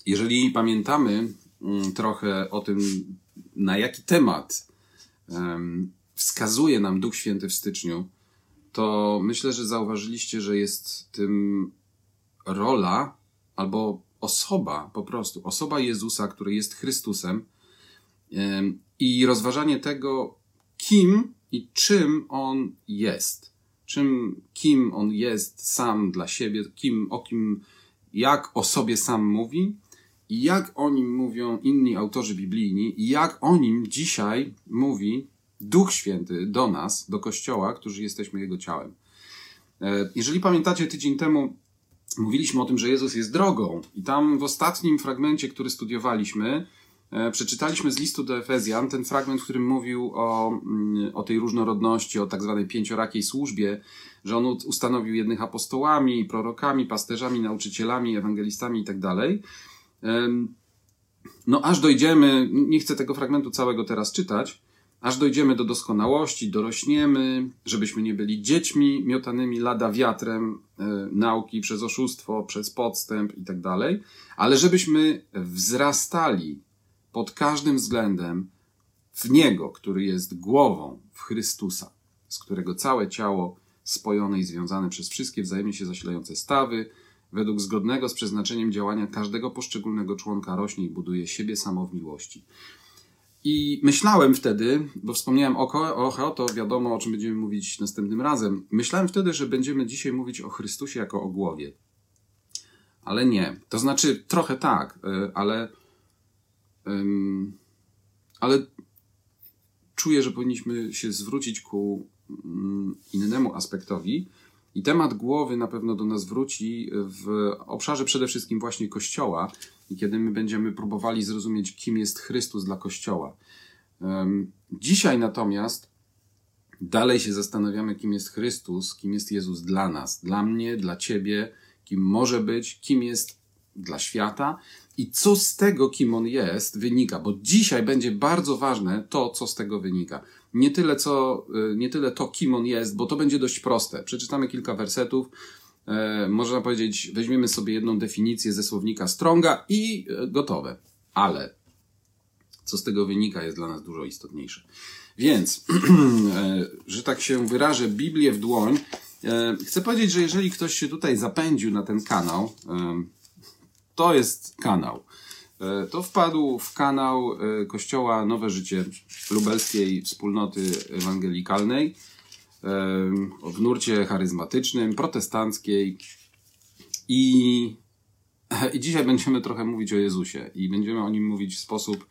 Jeżeli pamiętamy trochę o tym, na jaki temat wskazuje nam Duch Święty w styczniu, to myślę, że zauważyliście, że jest tym rola albo osoba po prostu, osoba Jezusa, który jest Chrystusem i rozważanie tego, kim i czym On jest. Kim On jest sam dla siebie, jak o sobie sam mówi i jak o Nim mówią inni autorzy biblijni i jak o Nim dzisiaj mówi Duch Święty do nas, do Kościoła, którzy jesteśmy Jego ciałem. Jeżeli pamiętacie, tydzień temu mówiliśmy o tym, że Jezus jest drogą i tam w ostatnim fragmencie, który studiowaliśmy, przeczytaliśmy z listu do Efezjan ten fragment, w którym mówił o tej różnorodności, o tak zwanej pięciorakiej służbie, że On ustanowił jednych apostołami, prorokami, pasterzami, nauczycielami, ewangelistami i tak dalej. No aż dojdziemy, nie chcę tego fragmentu całego teraz czytać, aż dojdziemy do doskonałości, dorośniemy, żebyśmy nie byli dziećmi miotanymi lada wiatrem nauki przez oszustwo, przez podstęp i tak dalej, ale żebyśmy wzrastali pod każdym względem w Niego, który jest głową, w Chrystusa, z którego całe ciało spojone i związane przez wszystkie wzajemnie się zasilające stawy, według zgodnego z przeznaczeniem działania każdego poszczególnego członka rośnie i buduje siebie samo w miłości. I myślałem wtedy, bo wspomniałem o to wiadomo, o czym będziemy mówić następnym razem. Myślałem wtedy, że będziemy dzisiaj mówić o Chrystusie jako o głowie. Ale nie. To znaczy trochę tak, ale czuję, że powinniśmy się zwrócić ku innemu aspektowi i temat głowy na pewno do nas wróci w obszarze przede wszystkim właśnie Kościoła i kiedy my będziemy próbowali zrozumieć, kim jest Chrystus dla Kościoła. Dzisiaj natomiast dalej się zastanawiamy, kim jest Chrystus, kim jest Jezus dla nas, dla mnie, dla ciebie, kim może być, kim jest dla świata i co z tego, kim On jest, wynika, bo dzisiaj będzie bardzo ważne to, co z tego wynika. Nie tyle to, kim On jest, bo to będzie dość proste. Przeczytamy kilka wersetów, można powiedzieć, weźmiemy sobie jedną definicję ze słownika Stronga i gotowe. Ale co z tego wynika, jest dla nas dużo istotniejsze. Więc, że tak się wyrażę, Biblię w dłoń, chcę powiedzieć, że jeżeli ktoś się tutaj zapędził na ten kanał, to jest kanał. To wpadł w kanał Kościoła Nowe Życie Lubelskiej Wspólnoty Ewangelikalnej w nurcie charyzmatycznym, protestanckiej i dzisiaj będziemy trochę mówić o Jezusie i będziemy o Nim mówić w sposób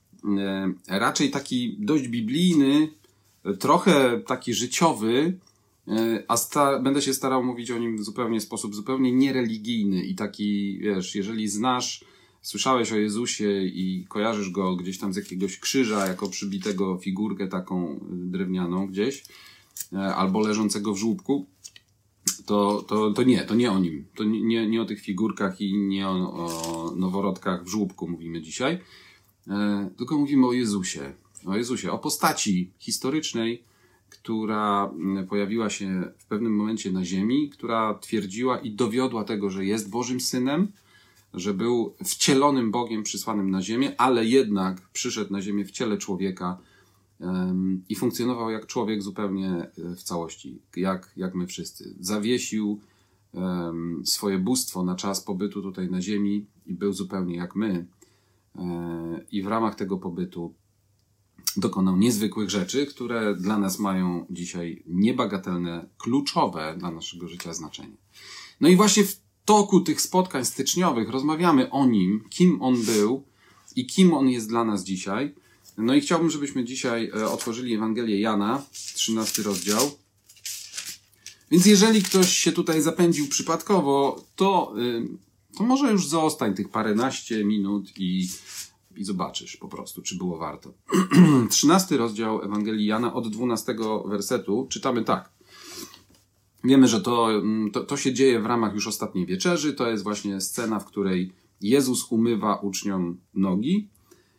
raczej taki dość biblijny, trochę taki życiowy, będę się starał mówić o Nim w sposób zupełnie niereligijny i taki, wiesz, jeżeli słyszałeś o Jezusie i kojarzysz Go gdzieś tam z jakiegoś krzyża, jako przybitego figurkę taką drewnianą gdzieś, albo leżącego w żłóbku, to nie o Nim. To nie o tych figurkach i nie o noworodkach w żłóbku mówimy dzisiaj, tylko mówimy o Jezusie. O Jezusie, o postaci historycznej, która pojawiła się w pewnym momencie na ziemi, która twierdziła i dowiodła tego, że jest Bożym Synem, że był wcielonym Bogiem przysłanym na ziemię, ale jednak przyszedł na ziemię w ciele człowieka i funkcjonował jak człowiek zupełnie w całości, jak my wszyscy. Zawiesił swoje bóstwo na czas pobytu tutaj na ziemi i był zupełnie jak my. I w ramach tego pobytu dokonał niezwykłych rzeczy, które dla nas mają dzisiaj niebagatelne, kluczowe dla naszego życia znaczenie. No i właśnie w toku tych spotkań styczniowych rozmawiamy o Nim, kim On był i kim On jest dla nas dzisiaj. No i chciałbym, żebyśmy dzisiaj otworzyli Ewangelię Jana, 13 rozdział. Więc jeżeli ktoś się tutaj zapędził przypadkowo, to może już zostań tych paręnaście minut i zobaczysz po prostu, czy było warto. 13 rozdział Ewangelii Jana od 12 wersetu czytamy tak. Wiemy, że to się dzieje w ramach już ostatniej wieczerzy. To jest właśnie scena, w której Jezus umywa uczniom nogi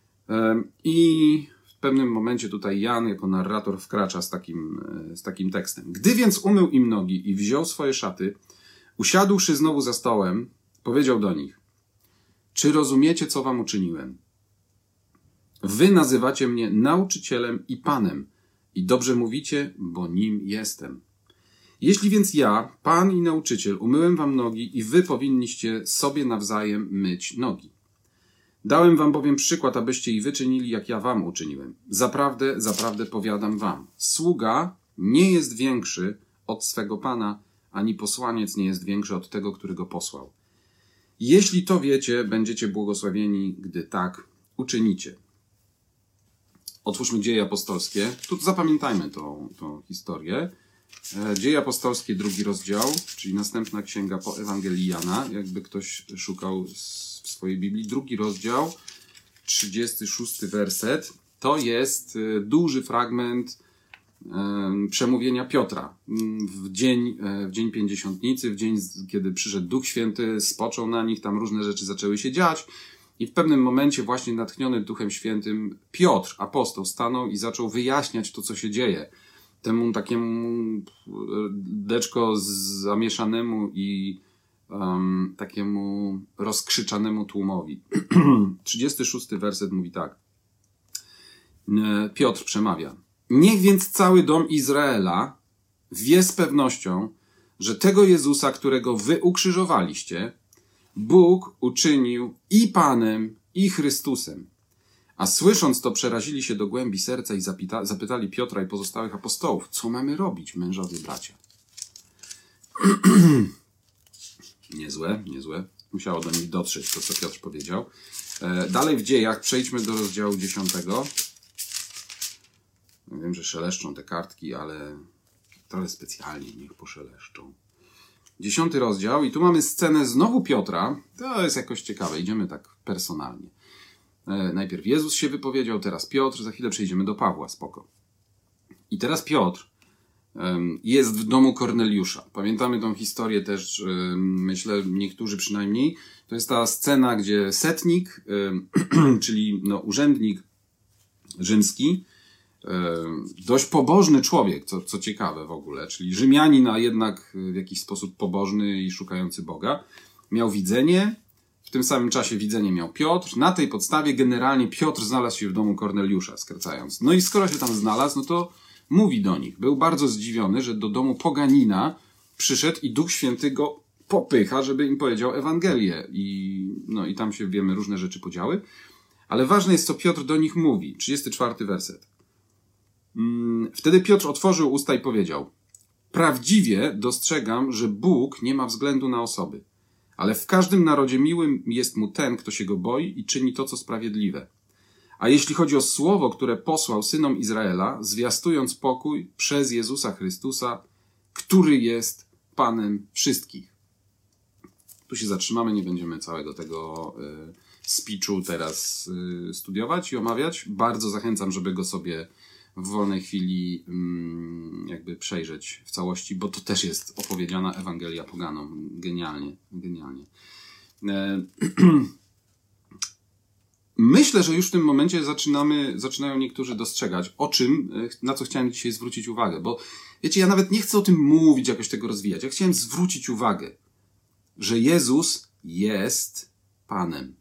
i w pewnym momencie tutaj Jan jako narrator wkracza z takim tekstem. Gdy więc umył im nogi i wziął swoje szaty, usiadłszy znowu za stołem, powiedział do nich: Czy rozumiecie, co wam uczyniłem? Wy nazywacie mnie nauczycielem i Panem i dobrze mówicie, bo nim jestem. Jeśli więc ja, Pan i nauczyciel, umyłem wam nogi i wy powinniście sobie nawzajem myć nogi. Dałem wam bowiem przykład, abyście i wy czynili, jak ja wam uczyniłem. Zaprawdę, zaprawdę powiadam wam, sługa nie jest większy od swego Pana, ani posłaniec nie jest większy od tego, który go posłał. Jeśli to wiecie, będziecie błogosławieni, gdy tak uczynicie. Otwórzmy Dzieje Apostolskie. Tu zapamiętajmy tą historię. Dzieje Apostolskie, 2 rozdział, czyli następna księga po Ewangelii Jana, jakby ktoś szukał w swojej Biblii. 2 rozdział, 36 werset. To jest duży fragment przemówienia Piotra. W dzień Pięćdziesiątnicy, w dzień, kiedy przyszedł Duch Święty, spoczął na nich, tam różne rzeczy zaczęły się dziać. I w pewnym momencie właśnie natchniony Duchem Świętym Piotr, apostoł, stanął i zaczął wyjaśniać to, co się dzieje. Temu takiemu deczko zamieszanemu i takiemu rozkrzyczanemu tłumowi. 36 werset mówi tak. Piotr przemawia. Niech więc cały dom Izraela wie z pewnością, że tego Jezusa, którego wy ukrzyżowaliście, Bóg uczynił i Panem, i Chrystusem. A słysząc to, przerazili się do głębi serca i zapytali Piotra i pozostałych apostołów, co mamy robić, mężowie bracia? Niezłe. Musiało do nich dotrzeć to, co Piotr powiedział. Dalej w Dziejach, przejdźmy do rozdziału 10. Wiem, że szeleszczą te kartki, ale trochę specjalnie niech poszeleszczą. 10 rozdział i tu mamy scenę znowu Piotra. To jest jakoś ciekawe, idziemy tak personalnie. Najpierw Jezus się wypowiedział, teraz Piotr, za chwilę przejdziemy do Pawła, spoko. I teraz Piotr jest w domu Korneliusza. Pamiętamy tą historię też, myślę, niektórzy przynajmniej. To jest ta scena, gdzie setnik, czyli urzędnik rzymski, dość pobożny człowiek, co ciekawe w ogóle, czyli Rzymianin, a jednak w jakiś sposób pobożny i szukający Boga, miał widzenie. W tym samym czasie widzenie miał Piotr. Na tej podstawie generalnie Piotr znalazł się w domu Korneliusza, skracając. No i skoro się tam znalazł, no to mówi do nich. Był bardzo zdziwiony, że do domu poganina przyszedł i Duch Święty go popycha, żeby im powiedział Ewangelię. I tam się, wiemy, różne rzeczy podziały. Ale ważne jest, co Piotr do nich mówi. 34 werset. Wtedy Piotr otworzył usta i powiedział: prawdziwie dostrzegam, że Bóg nie ma względu na osoby. Ale w każdym narodzie miłym jest mu ten, kto się go boi i czyni to, co sprawiedliwe. A jeśli chodzi o słowo, które posłał synom Izraela, zwiastując pokój przez Jezusa Chrystusa, który jest Panem wszystkich. Tu się zatrzymamy, nie będziemy całego tego speechu teraz studiować i omawiać. Bardzo zachęcam, żeby go sobie w wolnej chwili jakby przejrzeć w całości, bo to też jest opowiedziana Ewangelia poganom. Genialnie. Myślę, że już w tym momencie zaczynają niektórzy dostrzegać, na co chciałem dzisiaj zwrócić uwagę, bo wiecie, ja nawet nie chcę o tym mówić, jakoś tego rozwijać. Ja chciałem zwrócić uwagę, że Jezus jest Panem.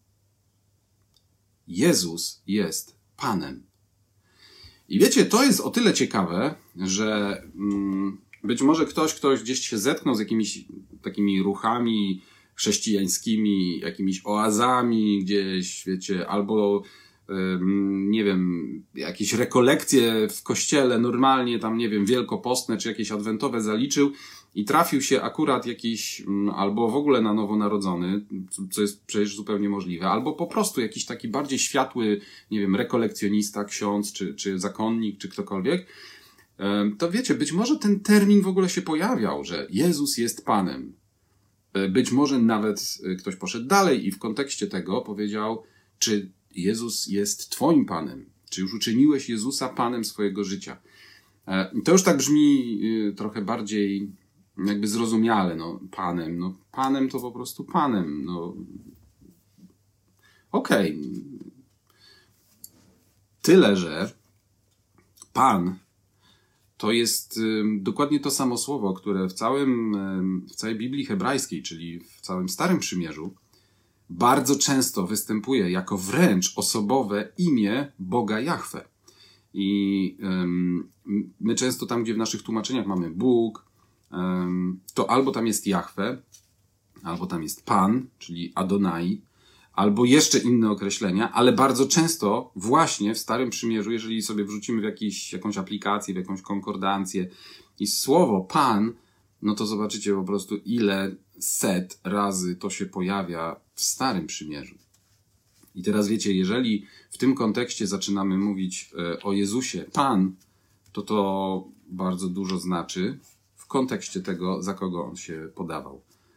Jezus jest Panem. I wiecie, to jest o tyle ciekawe, że być może ktoś gdzieś się zetknął z jakimiś takimi ruchami chrześcijańskimi, jakimiś oazami gdzieś, wiecie, albo nie wiem, jakieś rekolekcje w kościele normalnie, tam nie wiem, wielkopostne czy jakieś adwentowe zaliczył i trafił się akurat jakiś, albo w ogóle na nowo narodzony, co jest przecież zupełnie możliwe, albo po prostu jakiś taki bardziej światły, nie wiem, rekolekcjonista, ksiądz, czy zakonnik, czy ktokolwiek, to wiecie, być może ten termin w ogóle się pojawiał, że Jezus jest Panem. Być może nawet ktoś poszedł dalej i w kontekście tego powiedział, czy Jezus jest Twoim Panem? Czy już uczyniłeś Jezusa Panem swojego życia? To już tak brzmi trochę bardziej jakby zrozumiale, Panem. Panem to po prostu Panem. Okej. Tyle, że Pan to jest dokładnie to samo słowo, które w całej Biblii hebrajskiej, czyli w całym Starym Przymierzu, bardzo często występuje jako wręcz osobowe imię Boga Jahwe. I my często tam, gdzie w naszych tłumaczeniach mamy Bóg, to albo tam jest Jahwe, albo tam jest Pan, czyli Adonai, albo jeszcze inne określenia, ale bardzo często właśnie w Starym Przymierzu, jeżeli sobie wrzucimy w jakąś aplikację, w jakąś konkordancję i słowo Pan, no to zobaczycie po prostu ile set razy to się pojawia w Starym Przymierzu. I teraz wiecie, jeżeli w tym kontekście zaczynamy mówić o Jezusie Pan, to bardzo dużo znaczy w kontekście tego, za kogo On się podawał.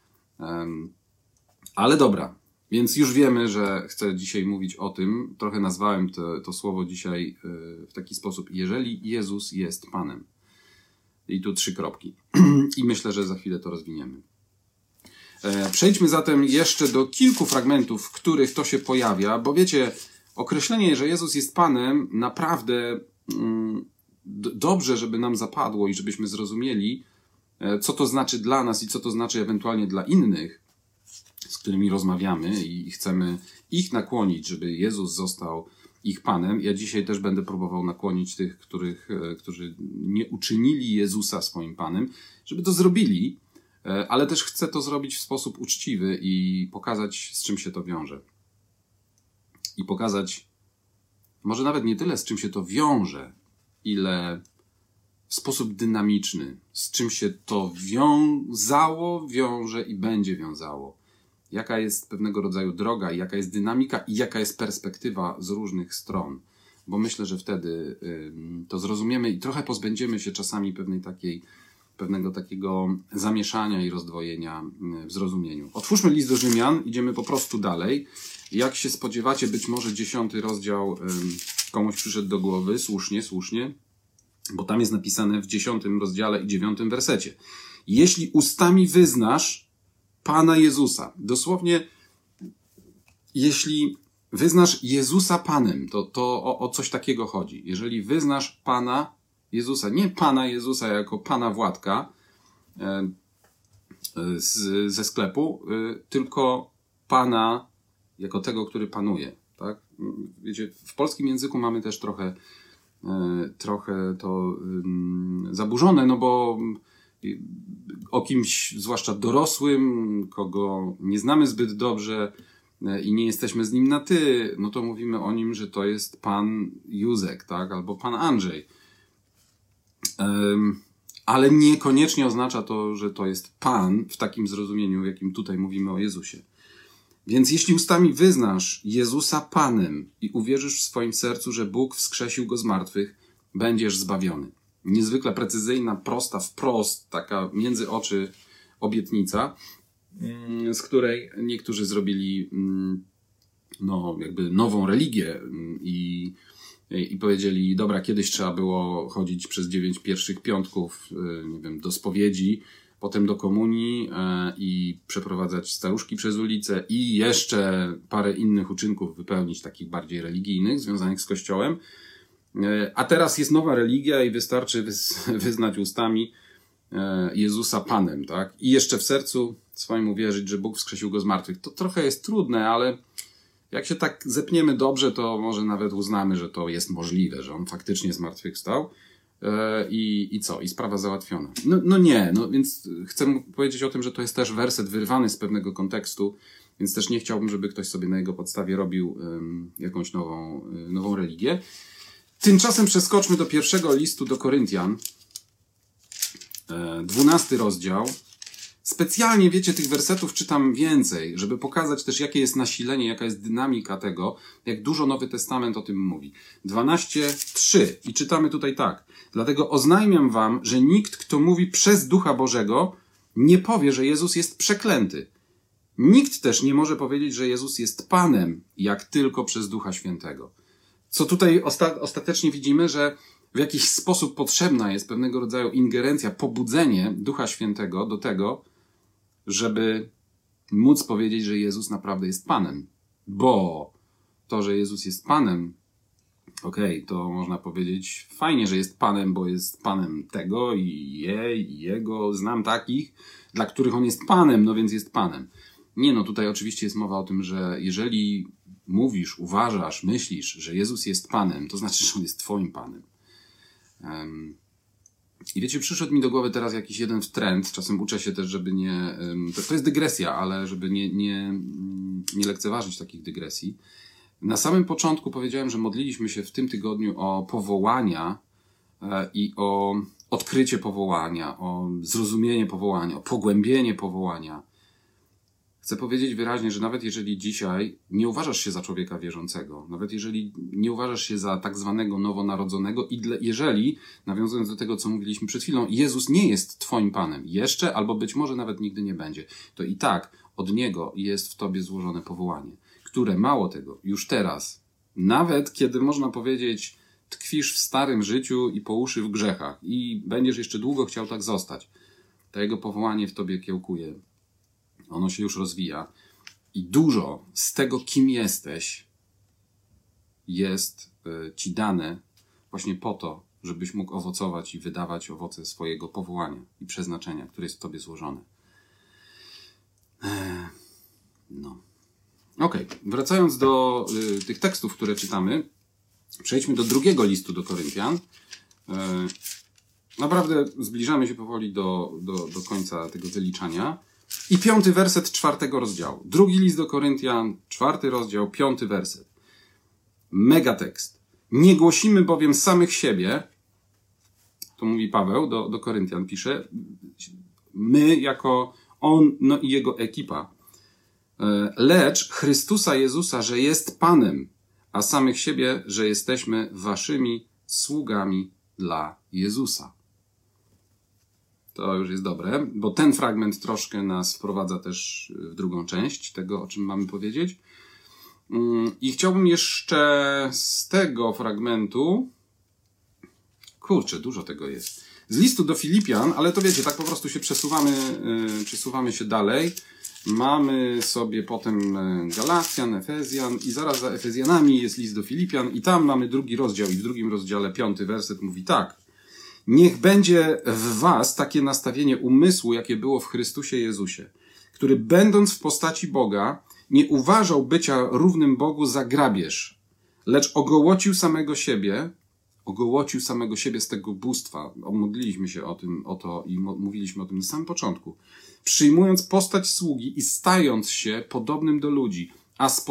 Ale dobra, więc już wiemy, że chcę dzisiaj mówić o tym. Trochę nazwałem to słowo dzisiaj w taki sposób. Jeżeli Jezus jest Panem. I tu 3 kropki. I myślę, że za chwilę to rozwiniemy. Przejdźmy zatem jeszcze do kilku fragmentów, w których to się pojawia, bo wiecie, określenie, że Jezus jest Panem, naprawdę dobrze, żeby nam zapadło i żebyśmy zrozumieli, co to znaczy dla nas i co to znaczy ewentualnie dla innych, z którymi rozmawiamy i chcemy ich nakłonić, żeby Jezus został ich Panem. Ja dzisiaj też będę próbował nakłonić tych, którzy nie uczynili Jezusa swoim Panem, żeby to zrobili, ale też chcę to zrobić w sposób uczciwy i pokazać, z czym się to wiąże. I pokazać, może nawet nie tyle, z czym się to wiąże, ile w sposób dynamiczny, z czym się to wiąże i będzie wiązało. Jaka jest pewnego rodzaju droga, i jaka jest dynamika i jaka jest perspektywa z różnych stron. Bo myślę, że wtedy to zrozumiemy i trochę pozbędziemy się czasami pewnego takiego zamieszania i rozdwojenia w zrozumieniu. Otwórzmy list do Rzymian, idziemy po prostu dalej. Jak się spodziewacie, być może 10 rozdział komuś przyszedł do głowy, słusznie, bo tam jest napisane w 10 rozdziale i 9 wersecie. Jeśli ustami wyznasz Pana Jezusa, dosłownie, jeśli wyznasz Jezusa Panem, to o coś takiego chodzi. Jeżeli wyznasz Pana Jezusa, nie Pana Jezusa jako Pana Władka ze sklepu, tylko Pana jako tego, który panuje. Tak? Wiecie, w polskim języku mamy też trochę to zaburzone, no bo o kimś, zwłaszcza dorosłym, kogo nie znamy zbyt dobrze i nie jesteśmy z nim na ty, no to mówimy o nim, że to jest pan Józek, tak? Albo pan Andrzej. Ale niekoniecznie oznacza to, że to jest Pan w takim zrozumieniu, w jakim tutaj mówimy o Jezusie. Więc jeśli ustami wyznasz Jezusa Panem i uwierzysz w swoim sercu, że Bóg wskrzesił Go z martwych, będziesz zbawiony. Niezwykle precyzyjna, prosta, wprost, taka między oczy obietnica, z której niektórzy zrobili jakby nową religię i powiedzieli, dobra, kiedyś trzeba było chodzić przez 9 pierwszych piątków, nie wiem, do spowiedzi, potem do komunii i przeprowadzać staruszki przez ulicę i jeszcze parę innych uczynków wypełnić, takich bardziej religijnych, związanych z Kościołem. A teraz jest nowa religia i wystarczy wyznać ustami Jezusa Panem, tak? I jeszcze w sercu swoim uwierzyć, że Bóg wskrzesił Go z martwych. To trochę jest trudne, ale jak się tak zepniemy dobrze, to może nawet uznamy, że to jest możliwe, że On faktycznie zmartwychwstał i co? I sprawa załatwiona. Więc chcę powiedzieć o tym, że to jest też werset wyrwany z pewnego kontekstu, więc też nie chciałbym, żeby ktoś sobie na jego podstawie robił jakąś nową religię. Tymczasem przeskoczmy do pierwszego listu do Koryntian, 12 rozdział. Specjalnie, wiecie, tych wersetów czytam więcej, żeby pokazać też, jakie jest nasilenie, jaka jest dynamika tego, jak dużo Nowy Testament o tym mówi. 12:3 i czytamy tutaj tak. Dlatego oznajmiam wam, że nikt, kto mówi przez Ducha Bożego, nie powie, że Jezus jest przeklęty. Nikt też nie może powiedzieć, że Jezus jest Panem, jak tylko przez Ducha Świętego. Co tutaj ostatecznie widzimy, że w jakiś sposób potrzebna jest pewnego rodzaju ingerencja, pobudzenie Ducha Świętego do tego, żeby móc powiedzieć, że Jezus naprawdę jest Panem. Bo to, że Jezus jest Panem, to można powiedzieć fajnie, że jest Panem, bo jest Panem tego i jego. Znam takich, dla których On jest Panem, no więc jest Panem. Nie, no tutaj oczywiście jest mowa o tym, że jeżeli mówisz, uważasz, myślisz, że Jezus jest Panem, to znaczy, że On jest twoim Panem. I wiecie, przyszedł mi do głowy teraz jakiś jeden trend, czasem uczę się też, żeby nie... To jest dygresja, ale żeby nie lekceważyć takich dygresji. Na samym początku powiedziałem, że modliliśmy się w tym tygodniu o powołania i o odkrycie powołania, o zrozumienie powołania, o pogłębienie powołania. Chcę powiedzieć wyraźnie, że nawet jeżeli dzisiaj nie uważasz się za człowieka wierzącego, nawet jeżeli nie uważasz się za tak zwanego nowonarodzonego i jeżeli, nawiązując do tego, co mówiliśmy przed chwilą, Jezus nie jest twoim Panem jeszcze, albo być może nawet nigdy nie będzie, to i tak od Niego jest w tobie złożone powołanie, które mało tego, już teraz, nawet kiedy można powiedzieć, tkwisz w starym życiu i po uszy w grzechach i będziesz jeszcze długo chciał tak zostać, to Jego powołanie w tobie kiełkuje. Ono się już rozwija i dużo z tego, kim jesteś, jest ci dane właśnie po to, żebyś mógł owocować i wydawać owoce swojego powołania i przeznaczenia, które jest w tobie złożone. No. Okej, wracając do tych tekstów, które czytamy, przejdźmy do drugiego listu do Koryntian. Naprawdę zbliżamy się powoli do końca tego wyliczania. I 5 werset 4 rozdziału. Drugi list do Koryntian, 4 rozdział, 5 werset. Mega tekst. Nie głosimy bowiem samych siebie, to mówi Paweł, do Koryntian pisze, my jako on, no i jego ekipa, lecz Chrystusa Jezusa, że jest Panem, a samych siebie, że jesteśmy waszymi sługami dla Jezusa. To już jest dobre, bo ten fragment troszkę nas wprowadza też w drugą część tego, o czym mamy powiedzieć. I chciałbym jeszcze z tego fragmentu... Kurczę, dużo tego jest. Z listu do Filipian, ale to wiecie, tak po prostu się przesuwamy się dalej. Mamy sobie potem Galacjan, Efezjan i zaraz za Efezjanami jest list do Filipian i tam mamy drugi rozdział i w drugim rozdziale 5 werset mówi tak. Niech będzie w was takie nastawienie umysłu, jakie było w Chrystusie Jezusie, który będąc w postaci Boga, nie uważał bycia równym Bogu za grabież, lecz ogołocił samego siebie z tego bóstwa. Modliliśmy się o to i mówiliśmy o tym na samym początku. Przyjmując postać sługi i stając się podobnym do ludzi, a z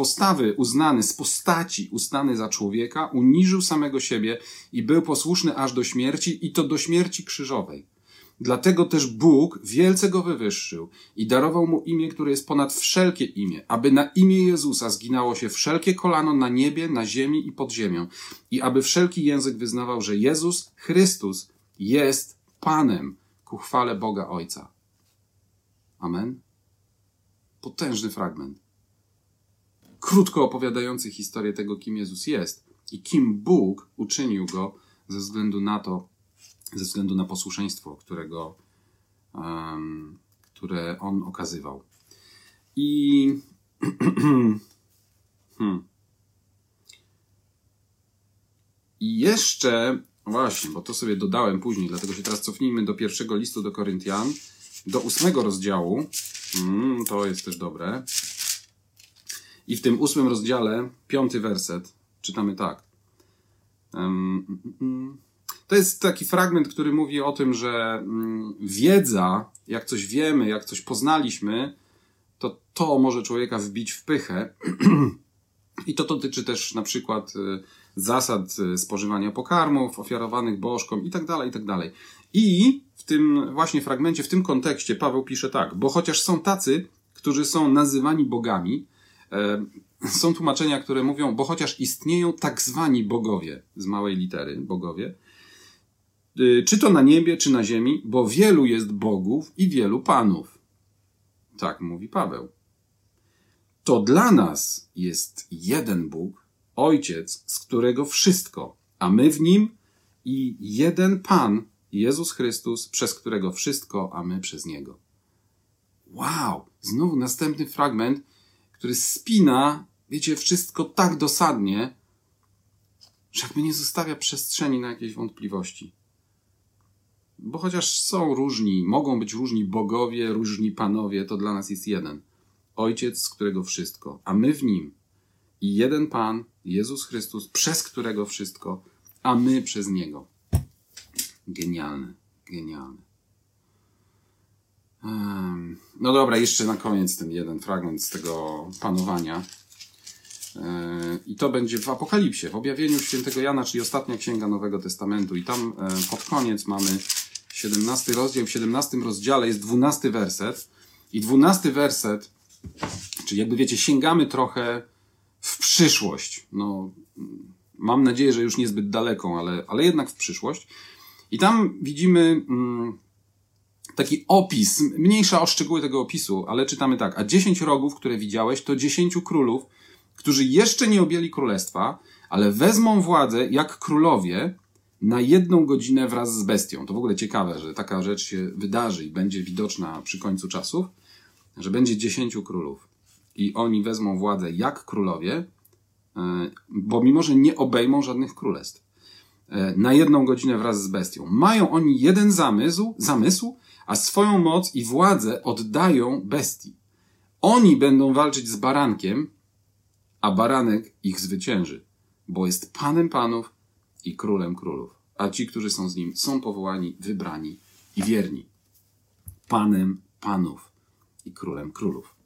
postaci uznany za człowieka, uniżył samego siebie i był posłuszny aż do śmierci i to do śmierci krzyżowej. Dlatego też Bóg wielce go wywyższył i darował mu imię, które jest ponad wszelkie imię, aby na imię Jezusa zginało się wszelkie kolano na niebie, na ziemi i pod ziemią i aby wszelki język wyznawał, że Jezus Chrystus jest Panem ku chwale Boga Ojca. Amen. Potężny fragment. Krótko opowiadający historię tego, kim Jezus jest i kim Bóg uczynił go ze względu na posłuszeństwo, które on okazywał. I i jeszcze, właśnie, bo to sobie dodałem później, dlatego się teraz cofnijmy do pierwszego listu do Koryntian, do 8 rozdziału. To jest też dobre. I w tym 8 rozdziale, 5 werset, czytamy tak. To jest taki fragment, który mówi o tym, że wiedza, jak coś wiemy, jak coś poznaliśmy, to może człowieka wbić w pychę. I to dotyczy też na przykład zasad spożywania pokarmów, ofiarowanych bożkom i tak dalej, i tak dalej. I w tym właśnie fragmencie, w tym kontekście Paweł pisze tak, bo chociaż są tacy, którzy są nazywani bogami, są tłumaczenia, które mówią, bo chociaż istnieją tak zwani bogowie, z małej litery, bogowie, czy to na niebie, czy na ziemi, bo wielu jest bogów i wielu panów. Tak mówi Paweł. To dla nas jest jeden Bóg, Ojciec, z którego wszystko, a my w Nim i jeden Pan, Jezus Chrystus, przez którego wszystko, a my przez Niego. Wow! Znowu następny fragment, który spina, wiecie, wszystko tak dosadnie, że jakby nie zostawia przestrzeni na jakieś wątpliwości. Bo chociaż są różni, mogą być różni bogowie, różni panowie, to dla nas jest jeden. Ojciec, z którego wszystko, a my w Nim. I jeden Pan, Jezus Chrystus, przez którego wszystko, a my przez Niego. Genialne, genialne. No dobra, jeszcze na koniec ten jeden fragment z tego panowania. I to będzie w Apokalipsie, w objawieniu świętego Jana, czyli ostatnia księga Nowego Testamentu. I tam pod koniec mamy 17 rozdział. W 17 rozdziale jest 12 werset. I 12 werset, czyli jakby wiecie, sięgamy trochę w przyszłość. No, mam nadzieję, że już niezbyt daleką, ale jednak w przyszłość. I tam widzimy taki opis, mniejsza o szczegóły tego opisu, ale czytamy tak. A 10 rogów, które widziałeś, to 10 królów, którzy jeszcze nie objęli królestwa, ale wezmą władzę jak królowie na 1 godzinę wraz z bestią. To w ogóle ciekawe, że taka rzecz się wydarzy i będzie widoczna przy końcu czasów, że będzie 10 królów i oni wezmą władzę jak królowie, bo mimo, że nie obejmą żadnych królestw. Na 1 godzinę wraz z bestią. Mają oni jeden zamysł, a swoją moc i władzę oddają bestii. Oni będą walczyć z barankiem, a baranek ich zwycięży, bo jest Panem panów i Królem królów. A ci, którzy są z nim, są powołani, wybrani i wierni. Panem panów i Królem królów.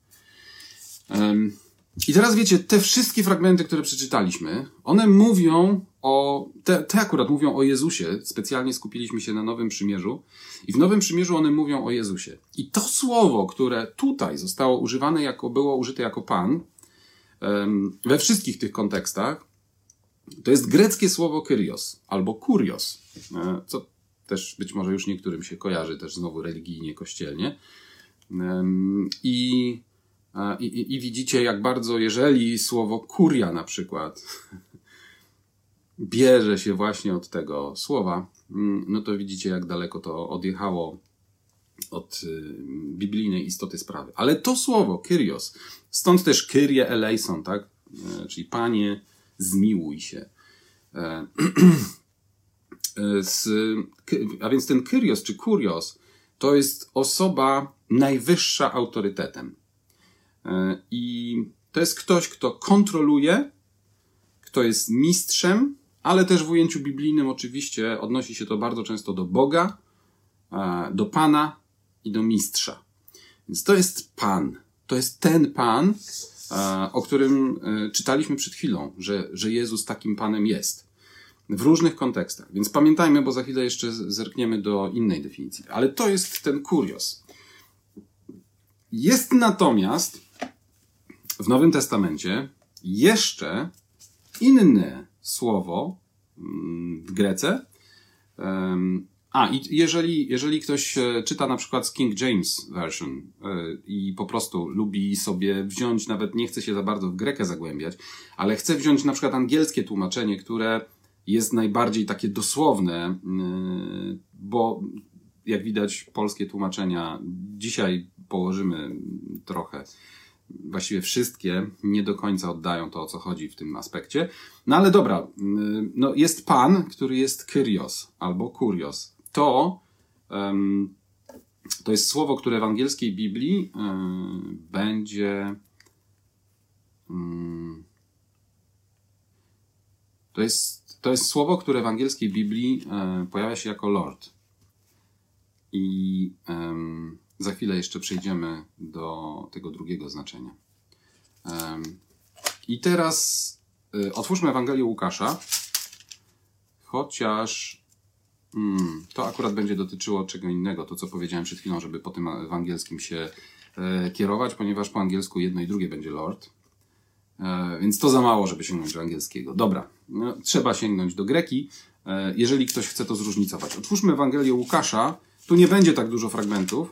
I teraz wiecie, te wszystkie fragmenty, które przeczytaliśmy, one mówią te akurat mówią o Jezusie. Specjalnie skupiliśmy się na Nowym Przymierzu. I w Nowym Przymierzu one mówią o Jezusie. I to słowo, które tutaj zostało używane było użyte jako Pan, we wszystkich tych kontekstach, to jest greckie słowo kyrios, albo kurios, co też być może już niektórym się kojarzy też znowu religijnie, kościelnie. I widzicie, jak bardzo, jeżeli słowo kuria na przykład bierze się właśnie od tego słowa, no to widzicie, jak daleko to odjechało od biblijnej istoty sprawy. Ale to słowo, kyrios, stąd też kyrie eleison, tak? Czyli Panie, zmiłuj się. A więc ten kyrios czy kurios to jest osoba najwyższa autorytetem. I to jest ktoś, kto kontroluje, kto jest mistrzem, ale też w ujęciu biblijnym oczywiście odnosi się to bardzo często do Boga, do Pana i do mistrza. Więc to jest Pan. To jest ten Pan, o którym czytaliśmy przed chwilą, że Jezus takim Panem jest. W różnych kontekstach. Więc pamiętajmy, bo za chwilę jeszcze zerkniemy do innej definicji. Ale to jest ten kurios. Jest natomiast w Nowym Testamencie jeszcze inne słowo w Grece. I jeżeli ktoś czyta na przykład z King James Version i po prostu lubi sobie wziąć, nawet nie chce się za bardzo w Grekę zagłębiać, ale chce wziąć na przykład angielskie tłumaczenie, które jest najbardziej takie dosłowne, bo jak widać polskie tłumaczenia dzisiaj położymy trochę, właściwie wszystkie nie do końca oddają to, o co chodzi w tym aspekcie. No ale dobra, no jest Pan, który jest kyrios albo kurios. To jest słowo, które w angielskiej Biblii będzie... To jest słowo, które w angielskiej Biblii pojawia się jako Lord. I za chwilę jeszcze przejdziemy do tego drugiego znaczenia. I teraz otwórzmy Ewangelię Łukasza, chociaż to akurat będzie dotyczyło czego innego, to co powiedziałem przed chwilą, żeby po tym ewangielskim się kierować, ponieważ po angielsku jedno i drugie będzie Lord. Więc to za mało, żeby sięgnąć do angielskiego. Dobra, no, trzeba sięgnąć do greki, jeżeli ktoś chce to zróżnicować. Otwórzmy Ewangelię Łukasza, tu nie będzie tak dużo fragmentów.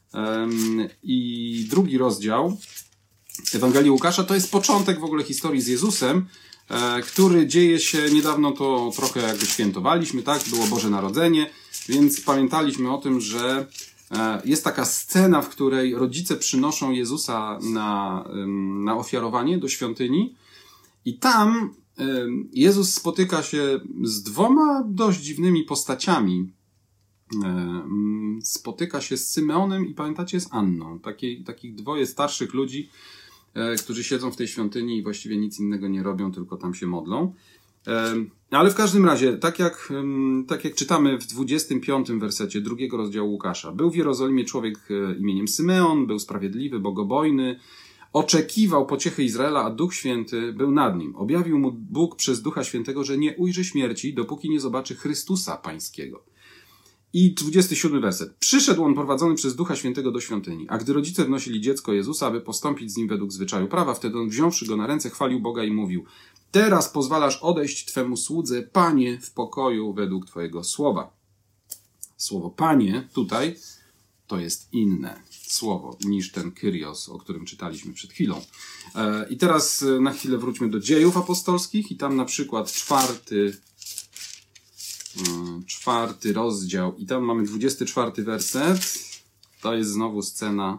I drugi rozdział Ewangelii Łukasza to jest początek w ogóle historii z Jezusem, który dzieje się niedawno, to trochę jakby świętowaliśmy, tak? Było Boże Narodzenie, więc pamiętaliśmy o tym, że jest taka scena, w której rodzice przynoszą Jezusa na ofiarowanie do świątyni i tam Jezus spotyka się z dwoma dość dziwnymi postaciami. spotyka się z Symeonem i pamiętacie, z Anną. Takich dwoje starszych ludzi, którzy siedzą w tej świątyni i właściwie nic innego nie robią, tylko tam się modlą. Ale w każdym razie, tak jak czytamy w 25 wersecie 2 rozdziału Łukasza. Był w Jerozolimie człowiek imieniem Symeon, był sprawiedliwy, bogobojny, oczekiwał pociechy Izraela, a Duch Święty był nad nim. Objawił mu Bóg przez Ducha Świętego, że nie ujrzy śmierci, dopóki nie zobaczy Chrystusa Pańskiego. I 27 werset. Przyszedł on prowadzony przez Ducha Świętego do świątyni, a gdy rodzice wnosili dziecko Jezusa, aby postąpić z nim według zwyczaju prawa, wtedy on, wziąwszy go na ręce, chwalił Boga i mówił: teraz pozwalasz odejść Twemu słudze, Panie, w pokoju według Twojego słowa. Słowo Panie tutaj to jest inne słowo niż ten Kyrios, o którym czytaliśmy przed chwilą. I teraz na chwilę wróćmy do Dziejów Apostolskich i tam na przykład 4 rozdział i tam mamy 24 werset. To jest znowu scena,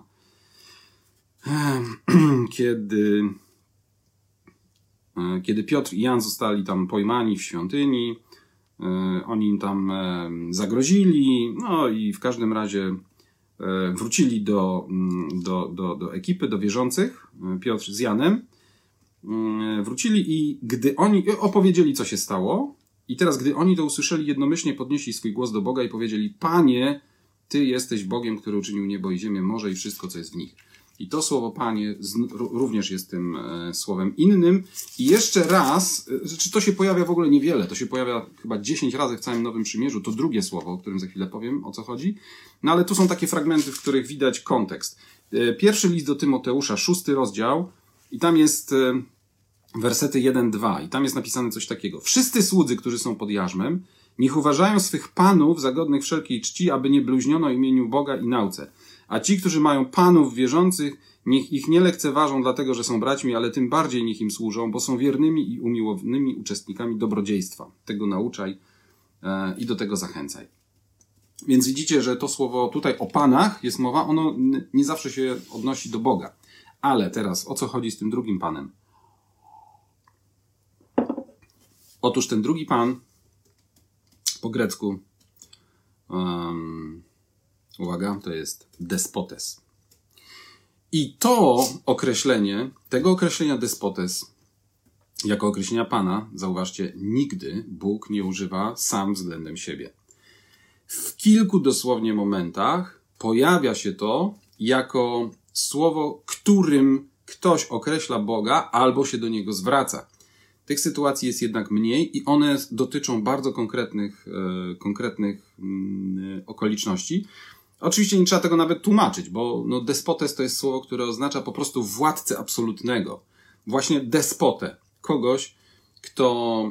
kiedy Piotr i Jan zostali tam pojmani w świątyni. Oni im tam zagrozili, no i w każdym razie wrócili do ekipy, do wierzących, Piotr z Janem. Wrócili i gdy oni opowiedzieli, co się stało, i teraz, gdy oni to usłyszeli, jednomyślnie podnieśli swój głos do Boga i powiedzieli: Panie, Ty jesteś Bogiem, który uczynił niebo i ziemię, morze i wszystko, co jest w nich. I to słowo Panie również jest tym słowem innym. I jeszcze raz, to się pojawia w ogóle niewiele, to się pojawia chyba 10 razy w całym Nowym Przymierzu, to drugie słowo, o którym za chwilę powiem, o co chodzi. No ale tu są takie fragmenty, w których widać kontekst. Pierwszy list do Tymoteusza, 6 rozdział, i tam jest wersety 1-2, i tam jest napisane coś takiego. Wszyscy słudzy, którzy są pod jarzmem, niech uważają swych panów za godnych wszelkiej czci, aby nie bluźniono imieniu Boga i nauce. A ci, którzy mają panów wierzących, niech ich nie lekceważą dlatego, że są braćmi, ale tym bardziej niech im służą, bo są wiernymi i umiłowanymi uczestnikami dobrodziejstwa. Tego nauczaj i do tego zachęcaj. Więc widzicie, że to słowo tutaj o panach jest mowa, ono nie zawsze się odnosi do Boga. Ale teraz, o co chodzi z tym drugim panem? Otóż ten drugi pan po grecku uwaga, to jest despotes. I to określenie, tego określenia despotes, jako określenia Pana, zauważcie, nigdy Bóg nie używa sam względem siebie. W kilku dosłownie momentach pojawia się to jako słowo, którym ktoś określa Boga albo się do Niego zwraca. Tych sytuacji jest jednak mniej i one dotyczą bardzo konkretnych okoliczności. Oczywiście nie trzeba tego nawet tłumaczyć, bo despotes to jest słowo, które oznacza po prostu władcę absolutnego. Właśnie despotę. Kogoś, kto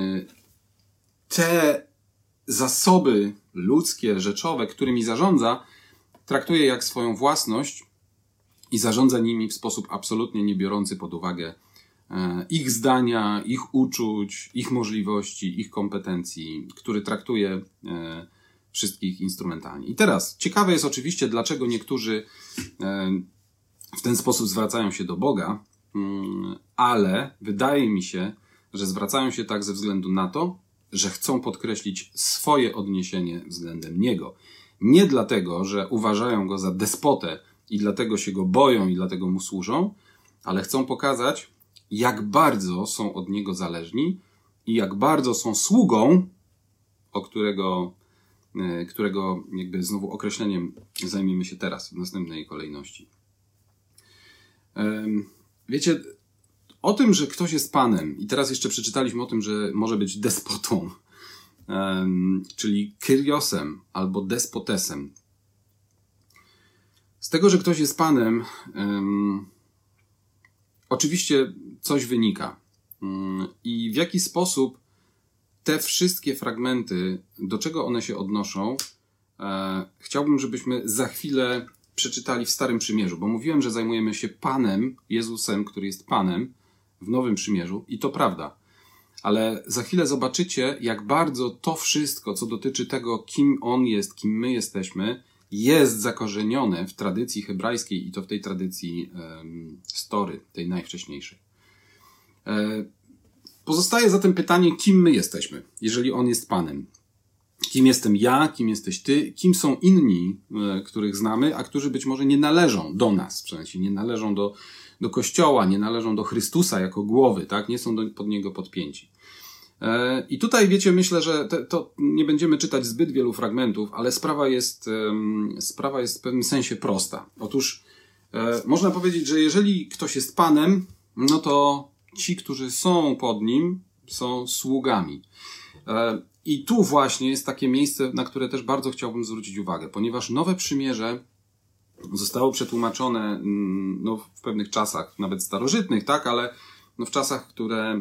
te zasoby ludzkie, rzeczowe, którymi zarządza, traktuje jak swoją własność i zarządza nimi w sposób absolutnie nie biorący pod uwagę ich zdania, ich uczuć, ich możliwości, ich kompetencji, który traktuje wszystkich instrumentalnie. I teraz ciekawe jest oczywiście, dlaczego niektórzy w ten sposób zwracają się do Boga, ale wydaje mi się, że zwracają się tak ze względu na to, że chcą podkreślić swoje odniesienie względem Niego. Nie dlatego, że uważają Go za despotę i dlatego się Go boją i dlatego Mu służą, ale chcą pokazać, jak bardzo są od Niego zależni i jak bardzo są sługą, o którego jakby znowu określeniem zajmiemy się teraz, w następnej kolejności. Wiecie, o tym, że ktoś jest panem, i teraz jeszcze przeczytaliśmy o tym, że może być despotą, czyli kyriosem albo despotesem. Z tego, że ktoś jest panem, oczywiście coś wynika. I w jaki sposób te wszystkie fragmenty, do czego one się odnoszą, chciałbym, żebyśmy za chwilę przeczytali w Starym Przymierzu, bo mówiłem, że zajmujemy się Panem, Jezusem, który jest Panem w Nowym Przymierzu i to prawda. Ale za chwilę zobaczycie, jak bardzo to wszystko, co dotyczy tego, kim On jest, kim my jesteśmy, jest zakorzenione w tradycji hebrajskiej i to w tej tradycji Story, tej najwcześniejszej. Pozostaje zatem pytanie, kim my jesteśmy, jeżeli On jest Panem. Kim jestem ja, kim jesteś ty, kim są inni, których znamy, a którzy być może nie należą do nas, przynajmniej nie należą do Kościoła, nie należą do Chrystusa jako głowy, tak? Nie są pod Niego podpięci. I tutaj, wiecie, myślę, że to nie będziemy czytać zbyt wielu fragmentów, ale sprawa jest w pewnym sensie prosta. Otóż można powiedzieć, że jeżeli ktoś jest Panem, no to ci, którzy są pod Nim, są sługami. I tu właśnie jest takie miejsce, na które też bardzo chciałbym zwrócić uwagę, ponieważ Nowe Przymierze zostało przetłumaczone w pewnych czasach, nawet starożytnych, tak, ale w czasach, które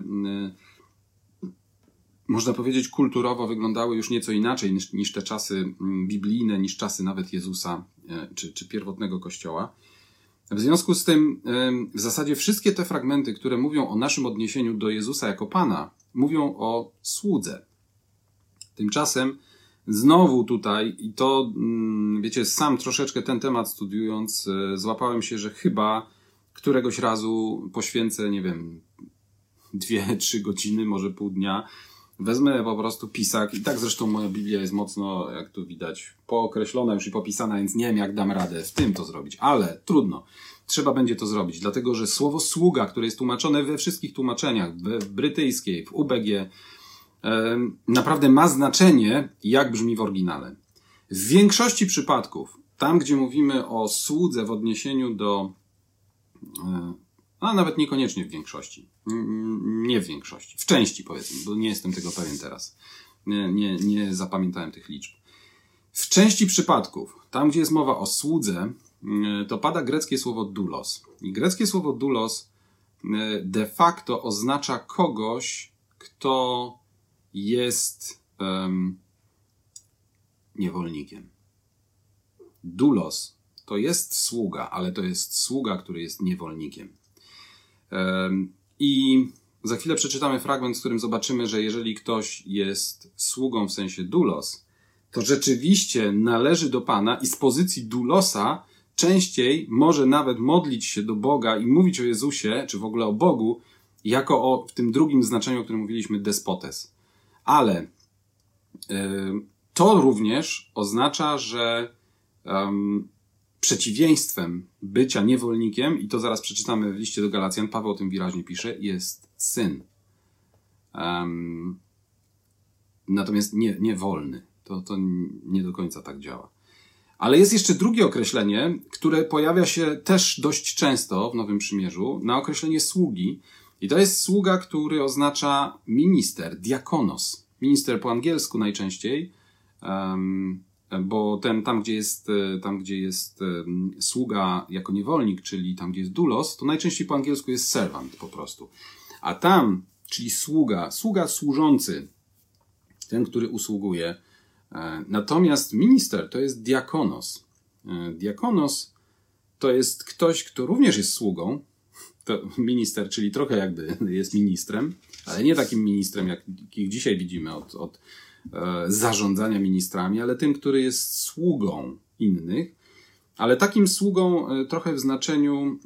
można powiedzieć kulturowo wyglądały już nieco inaczej niż te czasy biblijne, niż czasy nawet Jezusa czy pierwotnego Kościoła. W związku z tym w zasadzie wszystkie te fragmenty, które mówią o naszym odniesieniu do Jezusa jako Pana, mówią o słudze. Tymczasem znowu tutaj, i to wiecie, sam troszeczkę ten temat studiując, złapałem się, że chyba któregoś razu poświęcę, nie wiem, 2-3 godziny, może pół dnia, wezmę po prostu pisak i tak zresztą moja Biblia jest mocno, jak tu widać, pookreślona już i popisana, więc nie wiem, jak dam radę w tym to zrobić, ale trudno. Trzeba będzie to zrobić, dlatego że słowo sługa, które jest tłumaczone we wszystkich tłumaczeniach, w brytyjskiej, w UBG, naprawdę ma znaczenie, jak brzmi w oryginale. W większości przypadków, tam gdzie mówimy o słudze w odniesieniu do, a nawet niekoniecznie w większości, nie w większości, w części powiedzmy, bo nie jestem tego pewien teraz, nie zapamiętałem tych liczb. W części przypadków, tam gdzie jest mowa o słudze, to pada greckie słowo doulos. I greckie słowo doulos de facto oznacza kogoś, kto jest niewolnikiem. Doulos to jest sługa, ale to jest sługa, który jest niewolnikiem. I za chwilę przeczytamy fragment, w którym zobaczymy, że jeżeli ktoś jest sługą w sensie doulos, to rzeczywiście należy do Pana i z pozycji doulosa częściej może nawet modlić się do Boga i mówić o Jezusie, czy w ogóle o Bogu, jako o, w tym drugim znaczeniu, o którym mówiliśmy, despotes. Ale to również oznacza, że przeciwieństwem bycia niewolnikiem, i to zaraz przeczytamy w liście do Galacjan, Paweł o tym wyraźnie pisze, jest syn. Natomiast nie wolny. To nie do końca tak działa. Ale jest jeszcze drugie określenie, które pojawia się też dość często w Nowym Przymierzu, na określenie sługi. I to jest sługa, który oznacza minister, diakonos. Minister po angielsku najczęściej, bo tam gdzie jest sługa jako niewolnik, czyli tam, gdzie jest doulos, to najczęściej po angielsku jest servant po prostu. A tam, czyli sługa służący, ten, który usługuje. Natomiast minister to jest diakonos. Diakonos to jest ktoś, kto również jest sługą. To minister, czyli trochę jakby jest ministrem, ale nie takim ministrem, jakich dzisiaj widzimy od zarządzania ministrami, ale tym, który jest sługą innych, ale takim sługą trochę w znaczeniu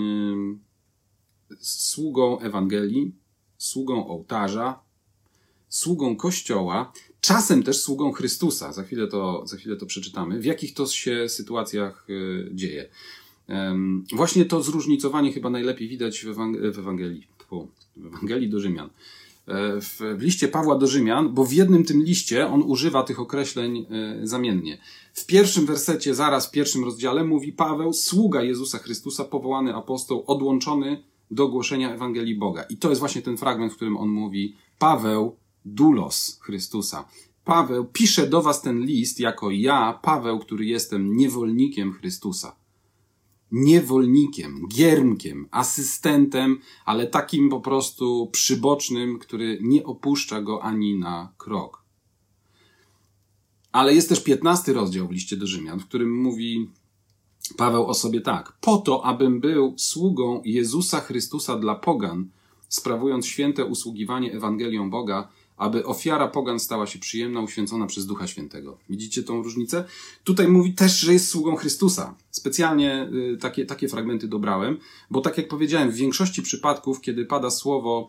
sługą Ewangelii, sługą ołtarza, sługą Kościoła, czasem też sługą Chrystusa. Za chwilę to przeczytamy, w jakich to się sytuacjach dzieje. Właśnie to zróżnicowanie chyba najlepiej widać w Ewangelii do Rzymian. W liście Pawła do Rzymian, bo w jednym tym liście on używa tych określeń zamiennie. W pierwszym wersecie, zaraz w pierwszym rozdziale mówi Paweł, sługa Jezusa Chrystusa, powołany apostoł, odłączony do głoszenia Ewangelii Boga. I to jest właśnie ten fragment, w którym on mówi Paweł, doulos Chrystusa. Paweł pisze do was ten list jako ja, Paweł, który jestem niewolnikiem Chrystusa. Niewolnikiem, giermkiem, asystentem, ale takim po prostu przybocznym, który nie opuszcza go ani na krok. Ale jest też 15 rozdział w liście do Rzymian, w którym mówi Paweł o sobie tak. Po to, abym był sługą Jezusa Chrystusa dla pogan, sprawując święte usługiwanie Ewangelią Boga, aby ofiara pogan stała się przyjemna, uświęcona przez Ducha Świętego. Widzicie tą różnicę? Tutaj mówi też, że jest sługą Chrystusa. Specjalnie takie fragmenty dobrałem, bo tak jak powiedziałem, w większości przypadków, kiedy pada słowo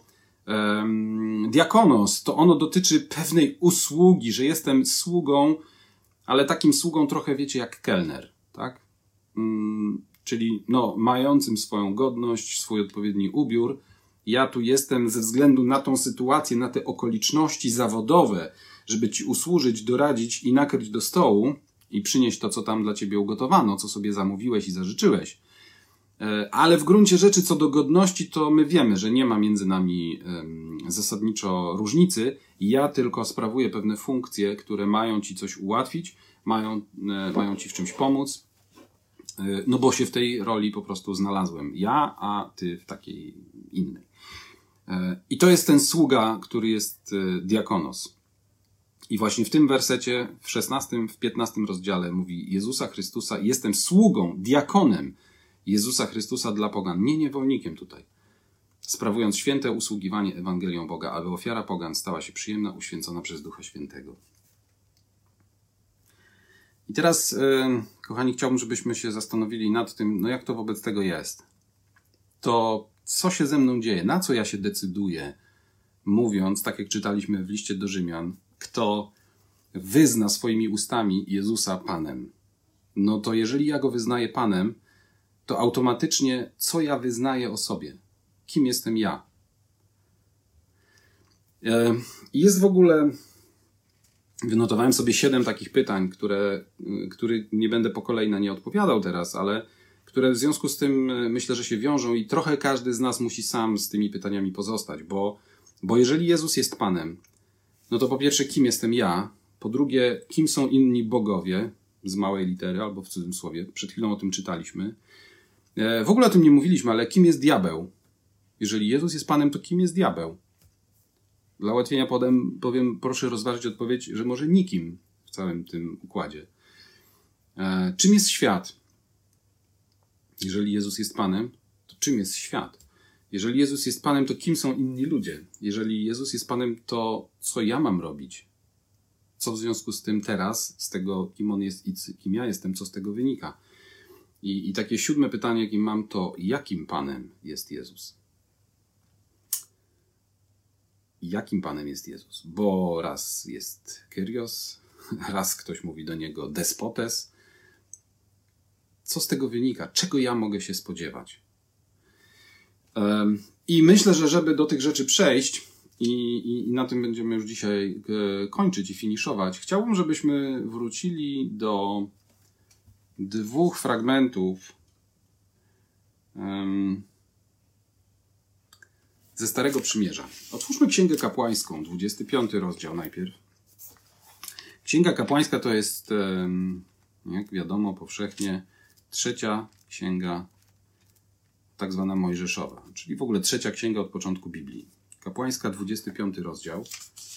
Diakonos, to ono dotyczy pewnej usługi, że jestem sługą, ale takim sługą trochę, wiecie, jak kelner, tak? Czyli mającym swoją godność, swój odpowiedni ubiór. Ja tu jestem ze względu na tą sytuację, na te okoliczności zawodowe, żeby ci usłużyć, doradzić i nakryć do stołu i przynieść to, co tam dla ciebie ugotowano, co sobie zamówiłeś i zażyczyłeś. Ale w gruncie rzeczy co do godności, to my wiemy, że nie ma między nami zasadniczo różnicy. Ja tylko sprawuję pewne funkcje, które mają ci coś ułatwić, mają ci w czymś pomóc, bo się w tej roli po prostu znalazłem. Ja, a ty w takiej innej. I to jest ten sługa, który jest diakonos. I właśnie w tym wersecie, w 16, w 15 rozdziale mówi Jezusa Chrystusa, jestem sługą, diakonem Jezusa Chrystusa dla pogan, nie niewolnikiem tutaj, sprawując święte usługiwanie Ewangelią Boga, aby ofiara pogan stała się przyjemna, uświęcona przez Ducha Świętego. I teraz, kochani, chciałbym, żebyśmy się zastanowili nad tym, jak to wobec tego jest. To co się ze mną dzieje, na co ja się decyduję, mówiąc, tak jak czytaliśmy w liście do Rzymian, kto wyzna swoimi ustami Jezusa Panem. To jeżeli ja go wyznaję Panem, to automatycznie co ja wyznaję o sobie? Kim jestem ja? Jest w ogóle... Wynotowałem sobie 7 takich pytań, które nie będę po kolei na nie odpowiadał teraz, ale które w związku z tym myślę, że się wiążą i trochę każdy z nas musi sam z tymi pytaniami pozostać, bo jeżeli Jezus jest Panem, to po pierwsze, kim jestem ja? Po drugie, kim są inni bogowie z małej litery albo w cudzysłowie? Przed chwilą o tym czytaliśmy. W ogóle o tym nie mówiliśmy, ale kim jest diabeł? Jeżeli Jezus jest Panem, to kim jest diabeł? Dla ułatwienia powiem, proszę rozważyć odpowiedź, że może nikim w całym tym układzie. Czym jest świat? Jeżeli Jezus jest Panem, to czym jest świat? Jeżeli Jezus jest Panem, to kim są inni ludzie? Jeżeli Jezus jest Panem, to co ja mam robić? Co w związku z tym teraz, z tego, kim On jest i kim ja jestem, co z tego wynika? I takie 7 pytanie, jakie mam, to jakim Panem jest Jezus? Jakim Panem jest Jezus? Bo raz jest Kyrios, raz ktoś mówi do Niego despotes. Co z tego wynika? Czego ja mogę się spodziewać? I myślę, że żeby do tych rzeczy przejść i na tym będziemy już dzisiaj kończyć i finiszować, chciałbym, żebyśmy wrócili do 2 fragmentów ze Starego Przymierza. Otwórzmy Księgę Kapłańską, 25 rozdział najpierw. Księga Kapłańska to jest, jak wiadomo powszechnie, 3. księga tak zwana Mojżeszowa, czyli w ogóle 3. księga od początku Biblii. Kapłańska, 25 rozdział.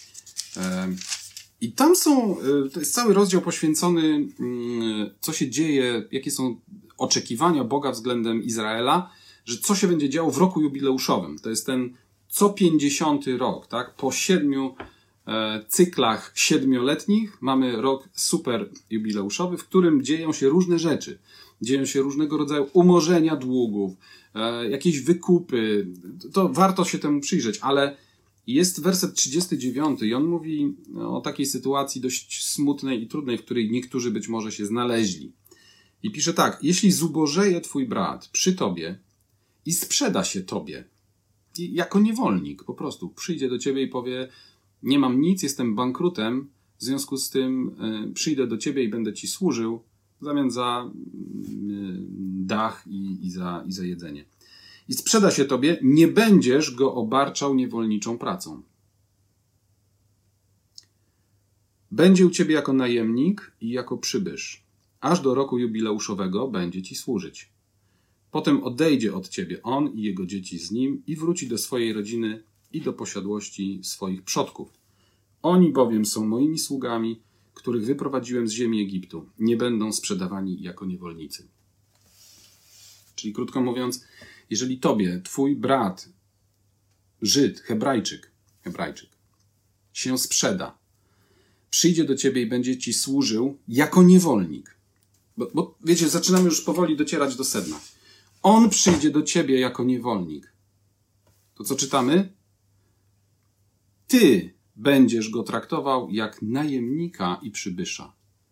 I tam to jest cały rozdział poświęcony, co się dzieje, jakie są oczekiwania Boga względem Izraela, że co się będzie działo w roku jubileuszowym. To jest ten co 50 rok, tak? Po 7 cyklach 7-letnich mamy rok super jubileuszowy, w którym dzieją się różne rzeczy. Dzieją się różnego rodzaju umorzenia długów, jakieś wykupy. To warto się temu przyjrzeć, ale jest werset 39 i on mówi o takiej sytuacji dość smutnej i trudnej, w której niektórzy być może się znaleźli. I pisze tak: jeśli zubożeje twój brat przy tobie i sprzeda się tobie, jako niewolnik po prostu przyjdzie do ciebie i powie: nie mam nic, jestem bankrutem, w związku z tym przyjdę do ciebie i będę ci służył w zamian za dach i za jedzenie. I sprzeda się tobie, nie będziesz go obarczał niewolniczą pracą. Będzie u ciebie jako najemnik i jako przybysz. Aż do roku jubileuszowego będzie ci służyć. Potem odejdzie od ciebie on i jego dzieci z nim i wróci do swojej rodziny i do posiadłości swoich przodków. Oni bowiem są moimi sługami, których wyprowadziłem z ziemi Egiptu. Nie będą sprzedawani jako niewolnicy. Czyli krótko mówiąc, jeżeli tobie, twój brat, Żyd, Hebrajczyk się sprzeda, przyjdzie do ciebie i będzie ci służył jako niewolnik. Bo wiecie, zaczynamy już powoli docierać do sedna. On przyjdzie do ciebie jako niewolnik. To co czytamy? ty będziesz go traktował jak najemnika i przybysza.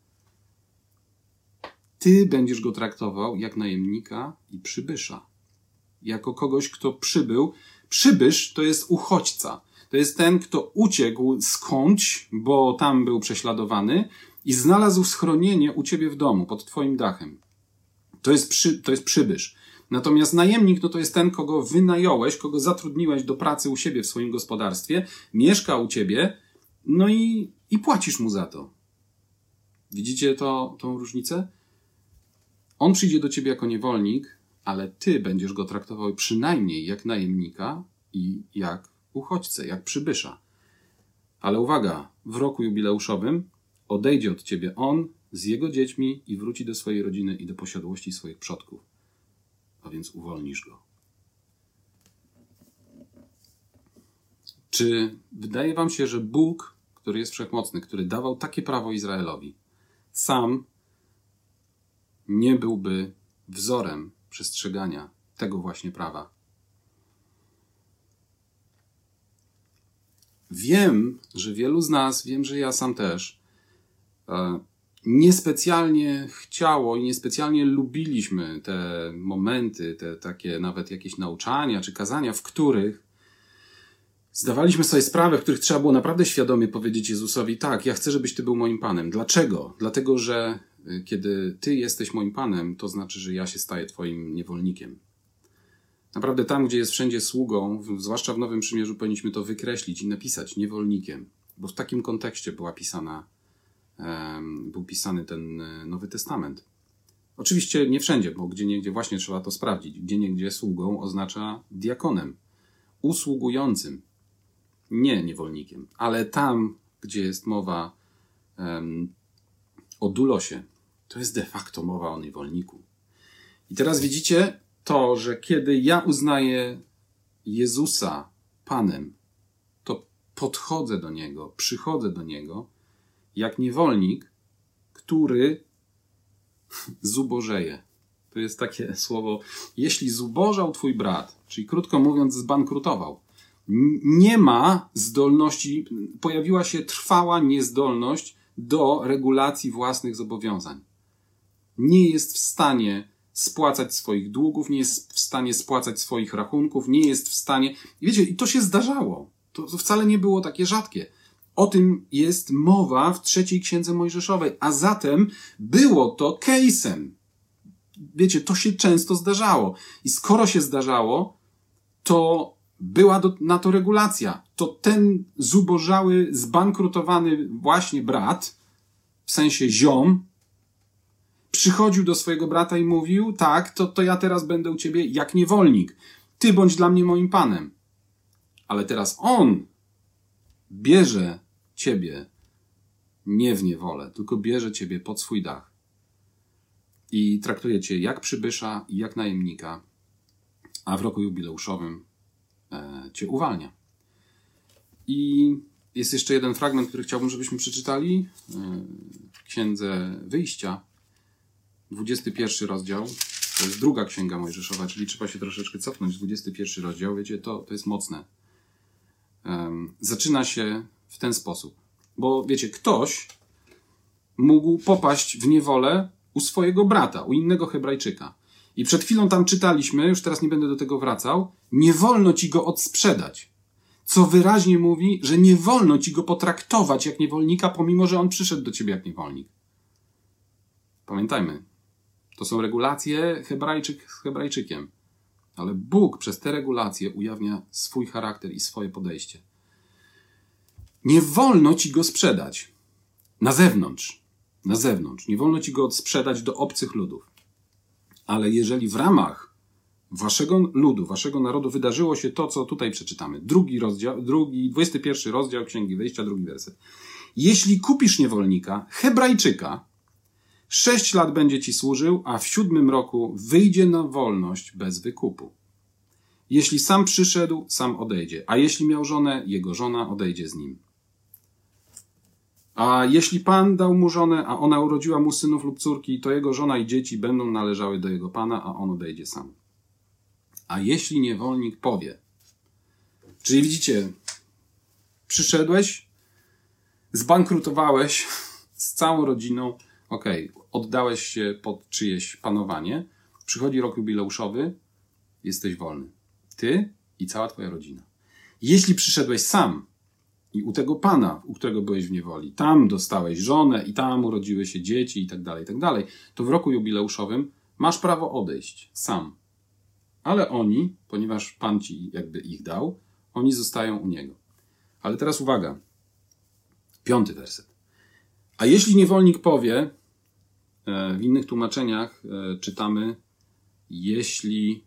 Ty będziesz go traktował jak najemnika i przybysza. Jako kogoś, kto przybył. Przybysz to jest uchodźca. To jest ten, kto uciekł skądś, bo tam był prześladowany i znalazł schronienie u ciebie w domu, pod twoim dachem. To jest przybysz. Natomiast najemnik to jest ten, kogo wynająłeś, kogo zatrudniłeś do pracy u siebie w swoim gospodarstwie, mieszka u ciebie, no i płacisz mu za to. Widzicie tą różnicę? On przyjdzie do ciebie jako niewolnik, ale ty będziesz go traktował przynajmniej jak najemnika i jak uchodźcę, jak przybysza. Ale uwaga, w roku jubileuszowym odejdzie od ciebie on z jego dziećmi i wróci do swojej rodziny i do posiadłości swoich przodków. A więc uwolnisz go. Czy wydaje wam się, że Bóg, który jest wszechmocny, który dawał takie prawo Izraelowi, sam nie byłby wzorem przestrzegania tego właśnie prawa? Wiem, że wielu z nas, wiem, że ja sam też, niespecjalnie chciało i niespecjalnie lubiliśmy te momenty, te takie nawet jakieś nauczania czy kazania, w których zdawaliśmy sobie sprawę, w których trzeba było naprawdę świadomie powiedzieć Jezusowi: tak, ja chcę, żebyś Ty był moim Panem. Dlaczego? Dlatego, że kiedy Ty jesteś moim Panem, to znaczy, że ja się staję Twoim niewolnikiem. Naprawdę tam, gdzie jest wszędzie sługą, zwłaszcza w Nowym Przymierzu, powinniśmy to wykreślić i napisać niewolnikiem, bo w takim kontekście był pisany ten Nowy Testament. Oczywiście nie wszędzie, bo gdzieniegdzie właśnie trzeba to sprawdzić. Gdzieniegdzie sługą oznacza diakonem, usługującym, nie niewolnikiem. Ale tam, gdzie jest mowa o dulosie, to jest de facto mowa o niewolniku. I teraz widzicie to, że kiedy ja uznaję Jezusa Panem, to podchodzę do Niego, przychodzę do Niego jak niewolnik, który zubożeje. To jest takie słowo, jeśli zubożał twój brat, czyli krótko mówiąc zbankrutował, nie ma zdolności, pojawiła się trwała niezdolność do regulacji własnych zobowiązań. Nie jest w stanie spłacać swoich długów, nie jest w stanie spłacać swoich rachunków, nie jest w stanie... I wiecie, i to się zdarzało. To wcale nie było takie rzadkie. O tym jest mowa w 3 Księdze Mojżeszowej, a zatem było to case'em. Wiecie, to się często zdarzało. I skoro się zdarzało, to była na to regulacja. To ten zubożały, zbankrutowany właśnie brat, w sensie ziom, przychodził do swojego brata i mówił: tak, to ja teraz będę u ciebie jak niewolnik. Ty bądź dla mnie moim panem. Ale teraz on bierze ciebie nie w niewolę, tylko bierze ciebie pod swój dach i traktuje cię jak przybysza i jak najemnika, a w roku jubileuszowym cię uwalnia. I jest jeszcze jeden fragment, który chciałbym, żebyśmy przeczytali. W Księdze Wyjścia, 21 rozdział. To jest 2 Księga Mojżeszowa, czyli trzeba się troszeczkę cofnąć. 21 rozdział, wiecie, to jest mocne. Zaczyna się w ten sposób. Bo wiecie, ktoś mógł popaść w niewolę u swojego brata, u innego Hebrajczyka. I przed chwilą tam czytaliśmy, już teraz nie będę do tego wracał, nie wolno ci go odsprzedać. Co wyraźnie mówi, że nie wolno ci go potraktować jak niewolnika, pomimo że on przyszedł do ciebie jak niewolnik. Pamiętajmy, to są regulacje Hebrajczyk z Hebrajczykiem. Ale Bóg przez te regulacje ujawnia swój charakter i swoje podejście. Nie wolno ci go sprzedać na zewnątrz. Na zewnątrz. Nie wolno ci go sprzedać do obcych ludów. Ale jeżeli w ramach waszego ludu, waszego narodu wydarzyło się to, co tutaj przeczytamy. 21 rozdział Księgi Wyjścia, 2 werset. Jeśli kupisz niewolnika, Hebrajczyka, 6 lat będzie ci służył, a w 7 roku wyjdzie na wolność bez wykupu. Jeśli sam przyszedł, sam odejdzie. A jeśli miał żonę, jego żona odejdzie z nim. A jeśli Pan dał mu żonę, a ona urodziła mu synów lub córki, to jego żona i dzieci będą należały do jego Pana, a on odejdzie sam. A jeśli niewolnik powie, czyli widzicie, Przyszedłeś, zbankrutowałeś z całą rodziną, oddałeś się pod czyjeś panowanie, przychodzi rok jubileuszowy, jesteś wolny. Ty i cała twoja rodzina. Jeśli przyszedłeś sam i u tego pana, u którego byłeś w niewoli, tam dostałeś żonę i tam urodziły się dzieci i tak dalej, to w roku jubileuszowym masz prawo odejść sam. Ale oni, ponieważ pan ci jakby ich dał, oni zostają u niego. Ale teraz uwaga. 5. werset. A jeśli niewolnik powie, w innych tłumaczeniach czytamy, jeśli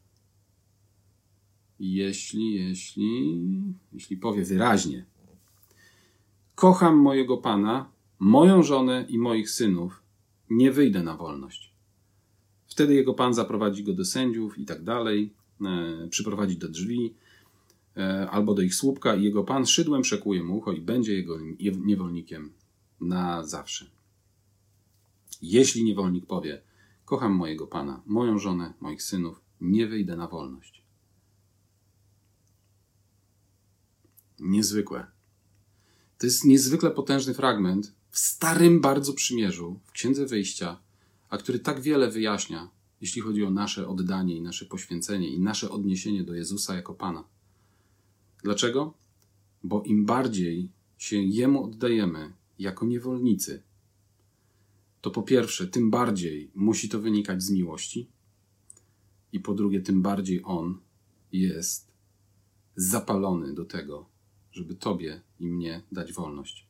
powie wyraźnie, kocham mojego pana, moją żonę i moich synów, nie wyjdę na wolność. Wtedy jego pan zaprowadzi go do sędziów i tak dalej, przyprowadzi do drzwi albo do ich słupka i jego pan szydłem przekuje mu ucho i będzie jego niewolnikiem na zawsze. Jeśli niewolnik powie, kocham mojego pana, moją żonę, moich synów, nie wyjdę na wolność. Niezwykłe. To jest niezwykle potężny fragment w Starym bardzo Przymierzu, w Księdze Wyjścia, a który tak wiele wyjaśnia, jeśli chodzi o nasze oddanie i nasze poświęcenie i nasze odniesienie do Jezusa jako Pana. Dlaczego? Bo im bardziej się Jemu oddajemy jako niewolnicy, to po pierwsze, tym bardziej musi to wynikać z miłości i po drugie, tym bardziej On jest zapalony do tego, żeby Tobie i mnie dać wolność.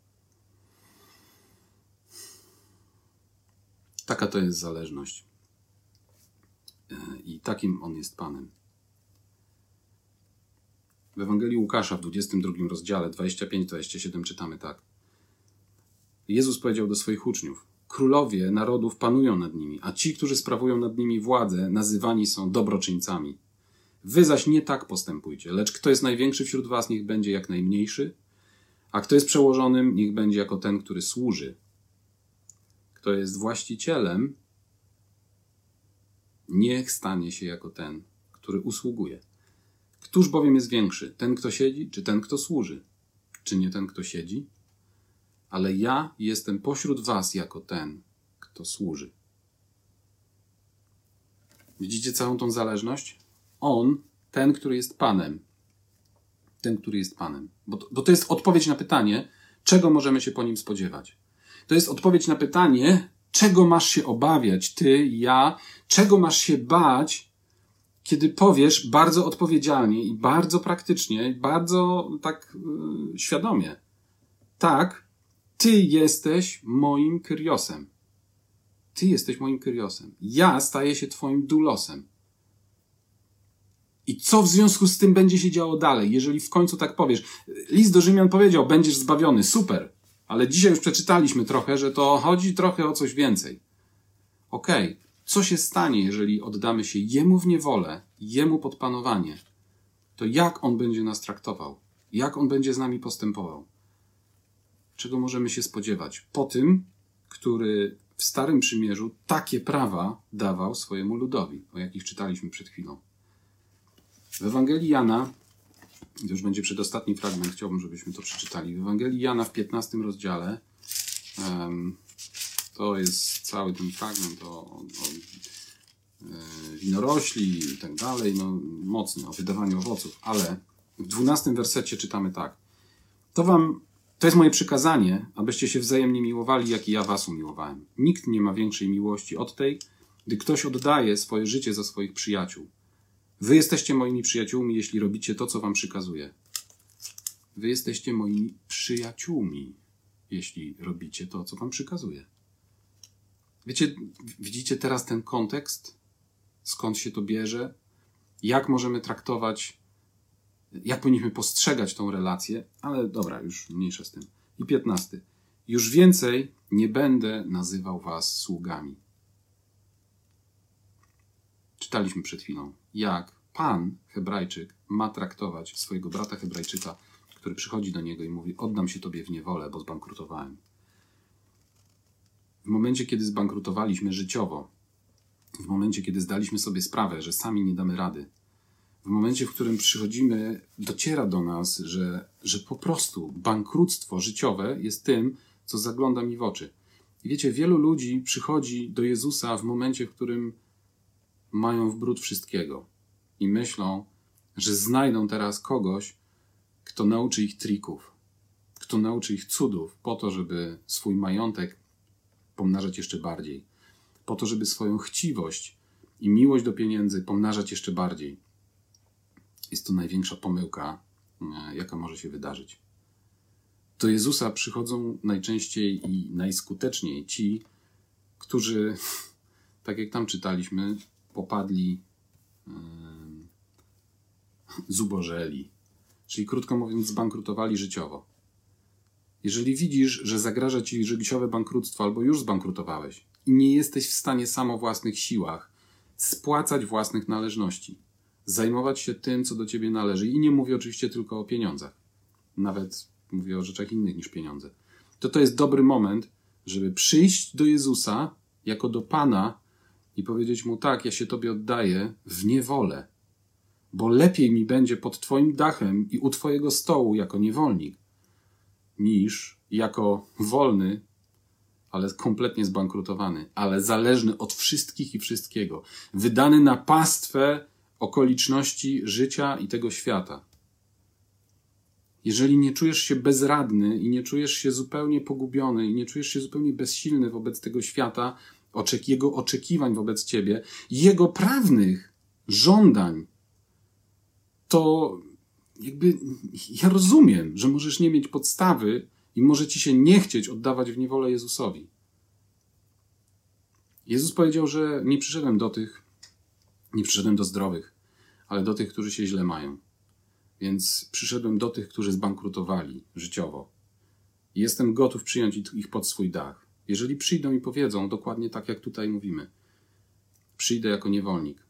Taka to jest zależność. I takim On jest Panem. W Ewangelii Łukasza w 22 rozdziale 25-27 czytamy tak. Jezus powiedział do swoich uczniów: królowie narodów panują nad nimi, a ci, którzy sprawują nad nimi władzę, nazywani są dobroczyńcami. Wy zaś nie tak postępujcie, lecz kto jest największy wśród was, niech będzie jak najmniejszy, a kto jest przełożonym, niech będzie jako ten, który służy. Kto jest właścicielem, niech stanie się jako ten, który usługuje. Któż bowiem jest większy, ten, kto siedzi, czy ten, kto służy? Czy nie ten, kto siedzi? Ale ja jestem pośród was jako ten, kto służy. Widzicie całą tą zależność? On, ten, który jest Panem. Ten, który jest Panem. Bo to jest odpowiedź na pytanie, czego możemy się po Nim spodziewać. To jest odpowiedź na pytanie, czego masz się obawiać, ty, ja, czego masz się bać, kiedy powiesz bardzo odpowiedzialnie i bardzo praktycznie, i bardzo tak świadomie. Tak, ty jesteś moim kyriosem. Ty jesteś moim kyriosem. Ja staję się twoim dulosem. I co w związku z tym będzie się działo dalej, jeżeli w końcu tak powiesz? List do Rzymian powiedział, będziesz zbawiony, super. Ale dzisiaj już przeczytaliśmy trochę, że to chodzi trochę o coś więcej. Okej, co się stanie, jeżeli oddamy się Jemu w niewolę, Jemu pod panowanie? To jak On będzie nas traktował? Jak On będzie z nami postępował? Czego możemy się spodziewać? Po tym, który w Starym Przymierzu takie prawa dawał swojemu ludowi, o jakich czytaliśmy przed chwilą. W Ewangelii Jana, to już będzie przedostatni fragment, chciałbym, żebyśmy to przeczytali. W Ewangelii Jana w 15 rozdziale, to jest cały ten fragment o winorośli i tak dalej, no mocny, o wydawaniu owoców, ale w 12 wersecie czytamy tak. To jest moje przykazanie, abyście się wzajemnie miłowali, jak i ja was umiłowałem. Nikt nie ma większej miłości od tej, gdy ktoś oddaje swoje życie za swoich przyjaciół. Wy jesteście moimi przyjaciółmi, jeśli robicie to, co wam przykazuję. Wy jesteście moimi przyjaciółmi, jeśli robicie to, co wam przykazuję. Wiecie, widzicie teraz ten kontekst? Skąd się to bierze? Jak możemy traktować, jak powinniśmy postrzegać tą relację? Ale dobra, już mniejsza z tym. I 15. Już więcej nie będę nazywał was sługami. Czytaliśmy przed chwilą, jak Pan Hebrajczyk ma traktować swojego brata Hebrajczyka, który przychodzi do niego i mówi: oddam się tobie w niewolę, bo zbankrutowałem. W momencie, kiedy zbankrutowaliśmy życiowo, w momencie, kiedy zdaliśmy sobie sprawę, że sami nie damy rady, w momencie, w którym przychodzimy, dociera do nas, że po prostu bankructwo życiowe jest tym, co zagląda mi w oczy. I wiecie, wielu ludzi przychodzi do Jezusa w momencie, w którym mają w bród wszystkiego i myślą, że znajdą teraz kogoś, kto nauczy ich trików, kto nauczy ich cudów po to, żeby swój majątek pomnażać jeszcze bardziej, po to, żeby swoją chciwość i miłość do pieniędzy pomnażać jeszcze bardziej. Jest to największa pomyłka, jaka może się wydarzyć. Do Jezusa przychodzą najczęściej i najskuteczniej ci, którzy, tak jak tam czytaliśmy, popadli, zubożeli. Czyli krótko mówiąc, zbankrutowali życiowo. Jeżeli widzisz, że zagraża ci życiowe bankructwo albo już zbankrutowałeś i nie jesteś w stanie sam o własnych siłach spłacać własnych należności, zajmować się tym, co do ciebie należy, i nie mówię oczywiście tylko o pieniądzach, nawet mówię o rzeczach innych niż pieniądze, to jest dobry moment, żeby przyjść do Jezusa jako do Pana i powiedzieć Mu: tak, ja się Tobie oddaję w niewolę, bo lepiej mi będzie pod Twoim dachem i u Twojego stołu jako niewolnik, niż jako wolny, ale kompletnie zbankrutowany, ale zależny od wszystkich i wszystkiego, wydany na pastwę okoliczności życia i tego świata. Jeżeli nie czujesz się bezradny i nie czujesz się zupełnie pogubiony i nie czujesz się zupełnie bezsilny wobec tego świata, jego oczekiwań wobec ciebie, jego prawnych żądań, to jakby ja rozumiem, że możesz nie mieć podstawy i może ci się nie chcieć oddawać w niewolę Jezusowi. Jezus powiedział, że nie przyszedłem do zdrowych, ale do tych, którzy się źle mają. Więc przyszedłem do tych, którzy zbankrutowali życiowo. I jestem gotów przyjąć ich pod swój dach. Jeżeli przyjdą i powiedzą dokładnie tak, jak tutaj mówimy: przyjdę jako niewolnik.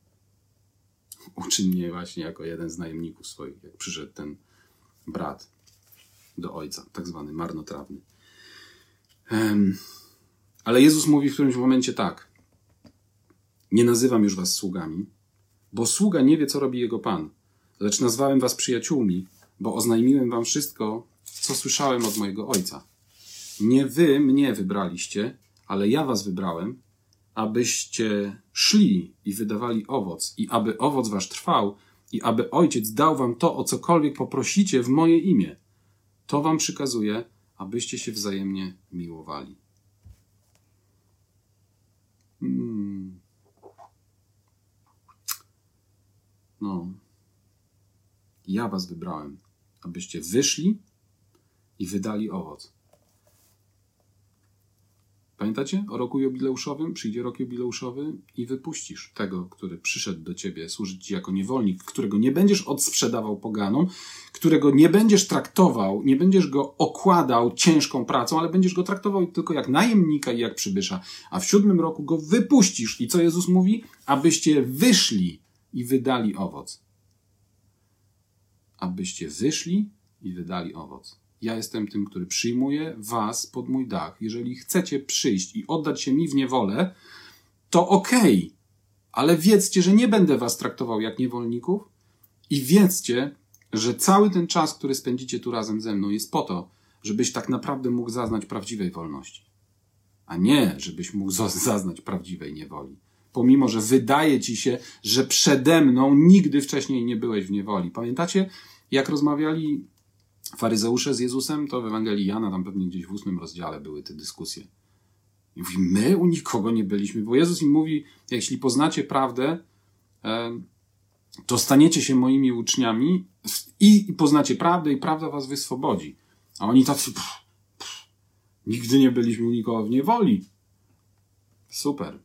Uczyń mnie właśnie jako jeden z najemników swoich, jak przyszedł ten brat do ojca, tak zwany marnotrawny. Ale Jezus mówi w którymś momencie tak: nie nazywam już was sługami, bo sługa nie wie, co robi jego Pan, lecz nazwałem was przyjaciółmi, bo oznajmiłem wam wszystko, co słyszałem od mojego Ojca. Nie wy mnie wybraliście, ale ja was wybrałem, abyście szli i wydawali owoc, i aby owoc wasz trwał, i aby Ojciec dał wam to, o cokolwiek poprosicie w moje imię. To wam przykazuję, abyście się wzajemnie miłowali. Ja was wybrałem, abyście wyszli i wydali owoc. Pamiętacie o roku jubileuszowym? Przyjdzie rok jubileuszowy i wypuścisz tego, który przyszedł do ciebie służyć ci jako niewolnik, którego nie będziesz odsprzedawał poganom, którego nie będziesz traktował, nie będziesz go okładał ciężką pracą, ale będziesz go traktował tylko jak najemnika i jak przybysza. A w 7 roku go wypuścisz. I co Jezus mówi? Abyście wyszli i wydali owoc. Abyście wyszli i wydali owoc. Ja jestem tym, który przyjmuje was pod mój dach. Jeżeli chcecie przyjść i oddać się mi w niewolę, to okej, ale wiedzcie, że nie będę was traktował jak niewolników i wiedzcie, że cały ten czas, który spędzicie tu razem ze mną, jest po to, żebyś tak naprawdę mógł zaznać prawdziwej wolności, a nie żebyś mógł zaznać prawdziwej niewoli. Pomimo, że wydaje ci się, że przede mną nigdy wcześniej nie byłeś w niewoli. Pamiętacie, jak rozmawiali faryzeusze z Jezusem? To w Ewangelii Jana, tam pewnie gdzieś w 8 rozdziale były te dyskusje. I mówi, my u nikogo nie byliśmy, bo Jezus im mówi, jeśli poznacie prawdę, to staniecie się moimi uczniami i poznacie prawdę i prawda was wyswobodzi. A oni tacy, nigdy nie byliśmy u nikogo w niewoli. Super.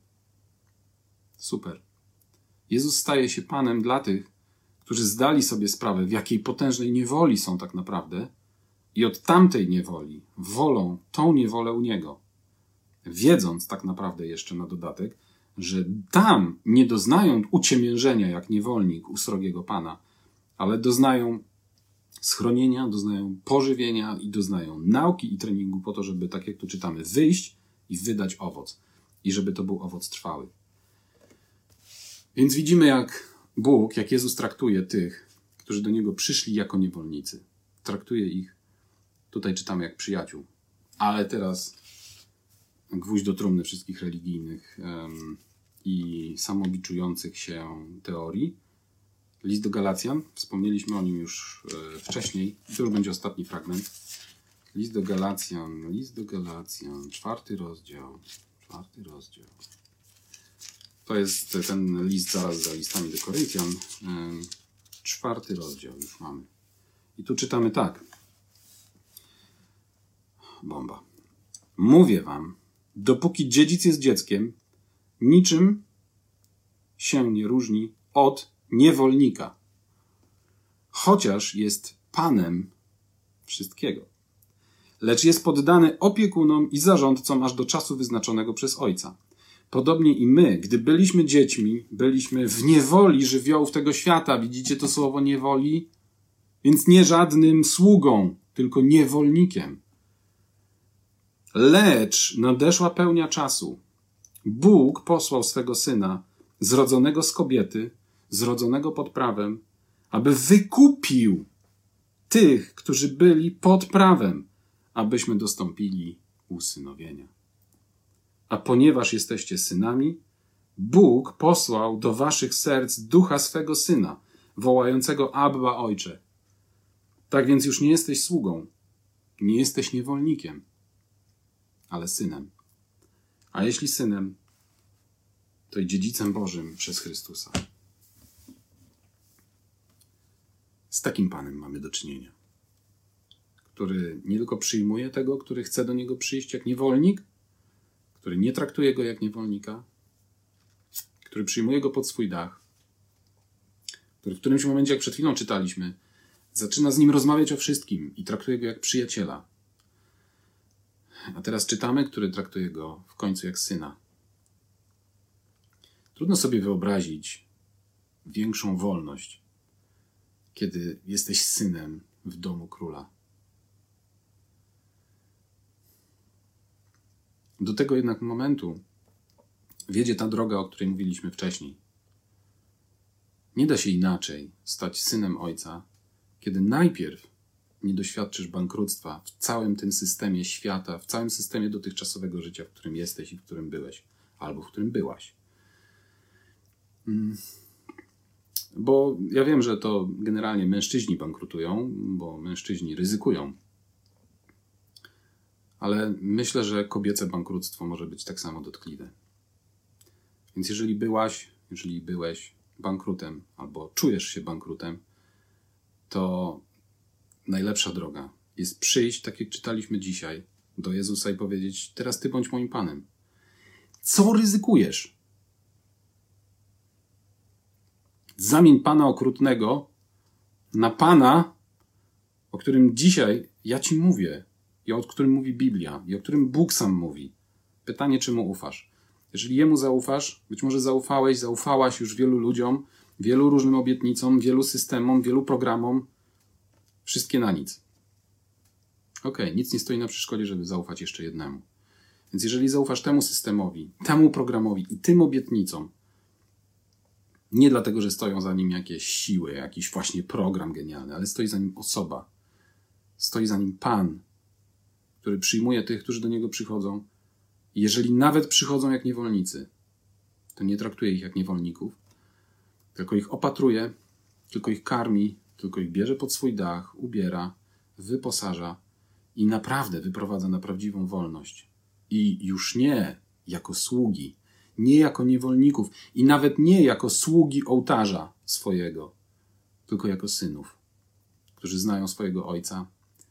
Jezus staje się Panem dla tych, którzy zdali sobie sprawę, w jakiej potężnej niewoli są tak naprawdę i od tamtej niewoli wolą tą niewolę u Niego. Wiedząc tak naprawdę jeszcze na dodatek, że tam nie doznają uciemiężenia jak niewolnik u srogiego Pana, ale doznają schronienia, doznają pożywienia i doznają nauki i treningu po to, żeby, tak jak tu czytamy, wyjść i wydać owoc. I żeby to był owoc trwały. Więc widzimy, jak Bóg, jak Jezus traktuje tych, którzy do Niego przyszli jako niewolnicy. Traktuje ich, tutaj czytamy, jak przyjaciół. Ale teraz gwóźdź do trumny wszystkich religijnych i samobiczujących się teorii. List do Galacjan, wspomnieliśmy o nim już wcześniej. To już będzie ostatni fragment. List do Galacjan, 4 rozdział. To jest ten list zaraz za listami do Koryntian. 4 rozdział już mamy. I tu czytamy tak. Bomba. Mówię wam, dopóki dziedzic jest dzieckiem, niczym się nie różni od niewolnika, chociaż jest panem wszystkiego. Lecz jest poddany opiekunom i zarządcom aż do czasu wyznaczonego przez ojca. Podobnie i my, gdy byliśmy dziećmi, byliśmy w niewoli żywiołów tego świata. Widzicie to słowo niewoli? Więc nie żadnym sługą, tylko niewolnikiem. Lecz nadeszła pełnia czasu. Bóg posłał swego Syna, zrodzonego z kobiety, zrodzonego pod prawem, aby wykupił tych, którzy byli pod prawem, abyśmy dostąpili usynowienia. A ponieważ jesteście synami, Bóg posłał do waszych serc ducha swego Syna, wołającego Abba, Ojcze. Tak więc już nie jesteś sługą, nie jesteś niewolnikiem, ale synem. A jeśli synem, to i dziedzicem Bożym przez Chrystusa. Z takim Panem mamy do czynienia, który nie tylko przyjmuje tego, który chce do Niego przyjść jak niewolnik, który nie traktuje Go jak niewolnika, który przyjmuje Go pod swój dach, który w którymś momencie, jak przed chwilą czytaliśmy, zaczyna z Nim rozmawiać o wszystkim i traktuje Go jak przyjaciela. A teraz czytamy, który traktuje Go w końcu jak syna. Trudno sobie wyobrazić większą wolność, kiedy jesteś synem w domu króla. Do tego jednak momentu wiedzie ta droga, o której mówiliśmy wcześniej. Nie da się inaczej stać synem Ojca, kiedy najpierw nie doświadczysz bankructwa w całym tym systemie świata, w całym systemie dotychczasowego życia, w którym jesteś i w którym byłeś, albo w którym byłaś. Bo ja wiem, że to generalnie mężczyźni bankrutują, bo mężczyźni ryzykują. Ale myślę, że kobiece bankructwo może być tak samo dotkliwe. Więc jeżeli byłeś bankrutem albo czujesz się bankrutem, to najlepsza droga jest przyjść, tak jak czytaliśmy dzisiaj, do Jezusa i powiedzieć: teraz Ty bądź moim Panem. Co ryzykujesz? Zamień Pana okrutnego na Pana, o którym dzisiaj ja Ci mówię i o którym mówi Biblia i o którym Bóg sam mówi. Pytanie, czy Mu ufasz. Jeżeli Jemu zaufasz, być może zaufałaś już wielu ludziom, wielu różnym obietnicom, wielu systemom, wielu programom. Wszystkie na nic. Nic nie stoi na przeszkodzie, żeby zaufać jeszcze jednemu. Więc jeżeli zaufasz temu systemowi, temu programowi i tym obietnicom, nie dlatego, że stoją za nim jakieś siły, jakiś właśnie program genialny, ale stoi za nim osoba. Stoi za nim Pan, który przyjmuje tych, którzy do Niego przychodzą. I jeżeli nawet przychodzą jak niewolnicy, to nie traktuje ich jak niewolników, tylko ich opatruje, tylko ich karmi, tylko ich bierze pod swój dach, ubiera, wyposaża i naprawdę wyprowadza na prawdziwą wolność. I już nie jako sługi, nie jako niewolników i nawet nie jako sługi ołtarza swojego, tylko jako synów, którzy znają swojego Ojca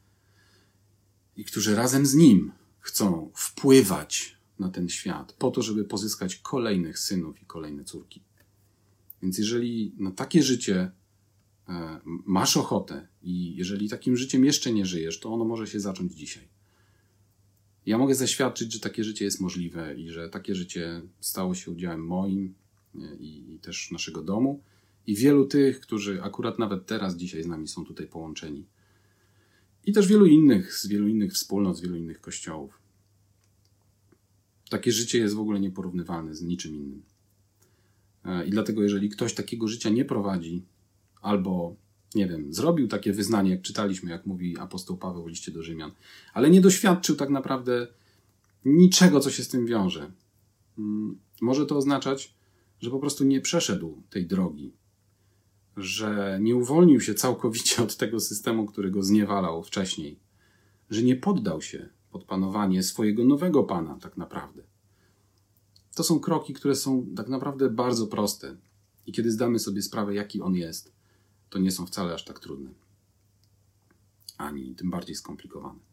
i którzy razem z Nim chcą wpływać na ten świat po to, żeby pozyskać kolejnych synów i kolejne córki. Więc jeżeli na takie życie masz ochotę i jeżeli takim życiem jeszcze nie żyjesz, to ono może się zacząć dzisiaj. Ja mogę zaświadczyć, że takie życie jest możliwe i że takie życie stało się udziałem moim i też naszego domu i wielu tych, którzy akurat nawet teraz, dzisiaj z nami są tutaj połączeni. I też z wielu innych wspólnot, z wielu innych kościołów. Takie życie jest w ogóle nieporównywalne z niczym innym. I dlatego, jeżeli ktoś takiego życia nie prowadzi, albo, nie wiem, zrobił takie wyznanie, jak czytaliśmy, jak mówi apostoł Paweł w liście do Rzymian, ale nie doświadczył tak naprawdę niczego, co się z tym wiąże, może to oznaczać, że po prostu nie przeszedł tej drogi, że nie uwolnił się całkowicie od tego systemu, który go zniewalał wcześniej, że nie poddał się pod panowanie swojego nowego Pana tak naprawdę. To są kroki, które są tak naprawdę bardzo proste i kiedy zdamy sobie sprawę, jaki On jest, to nie są wcale aż tak trudne, ani tym bardziej skomplikowane.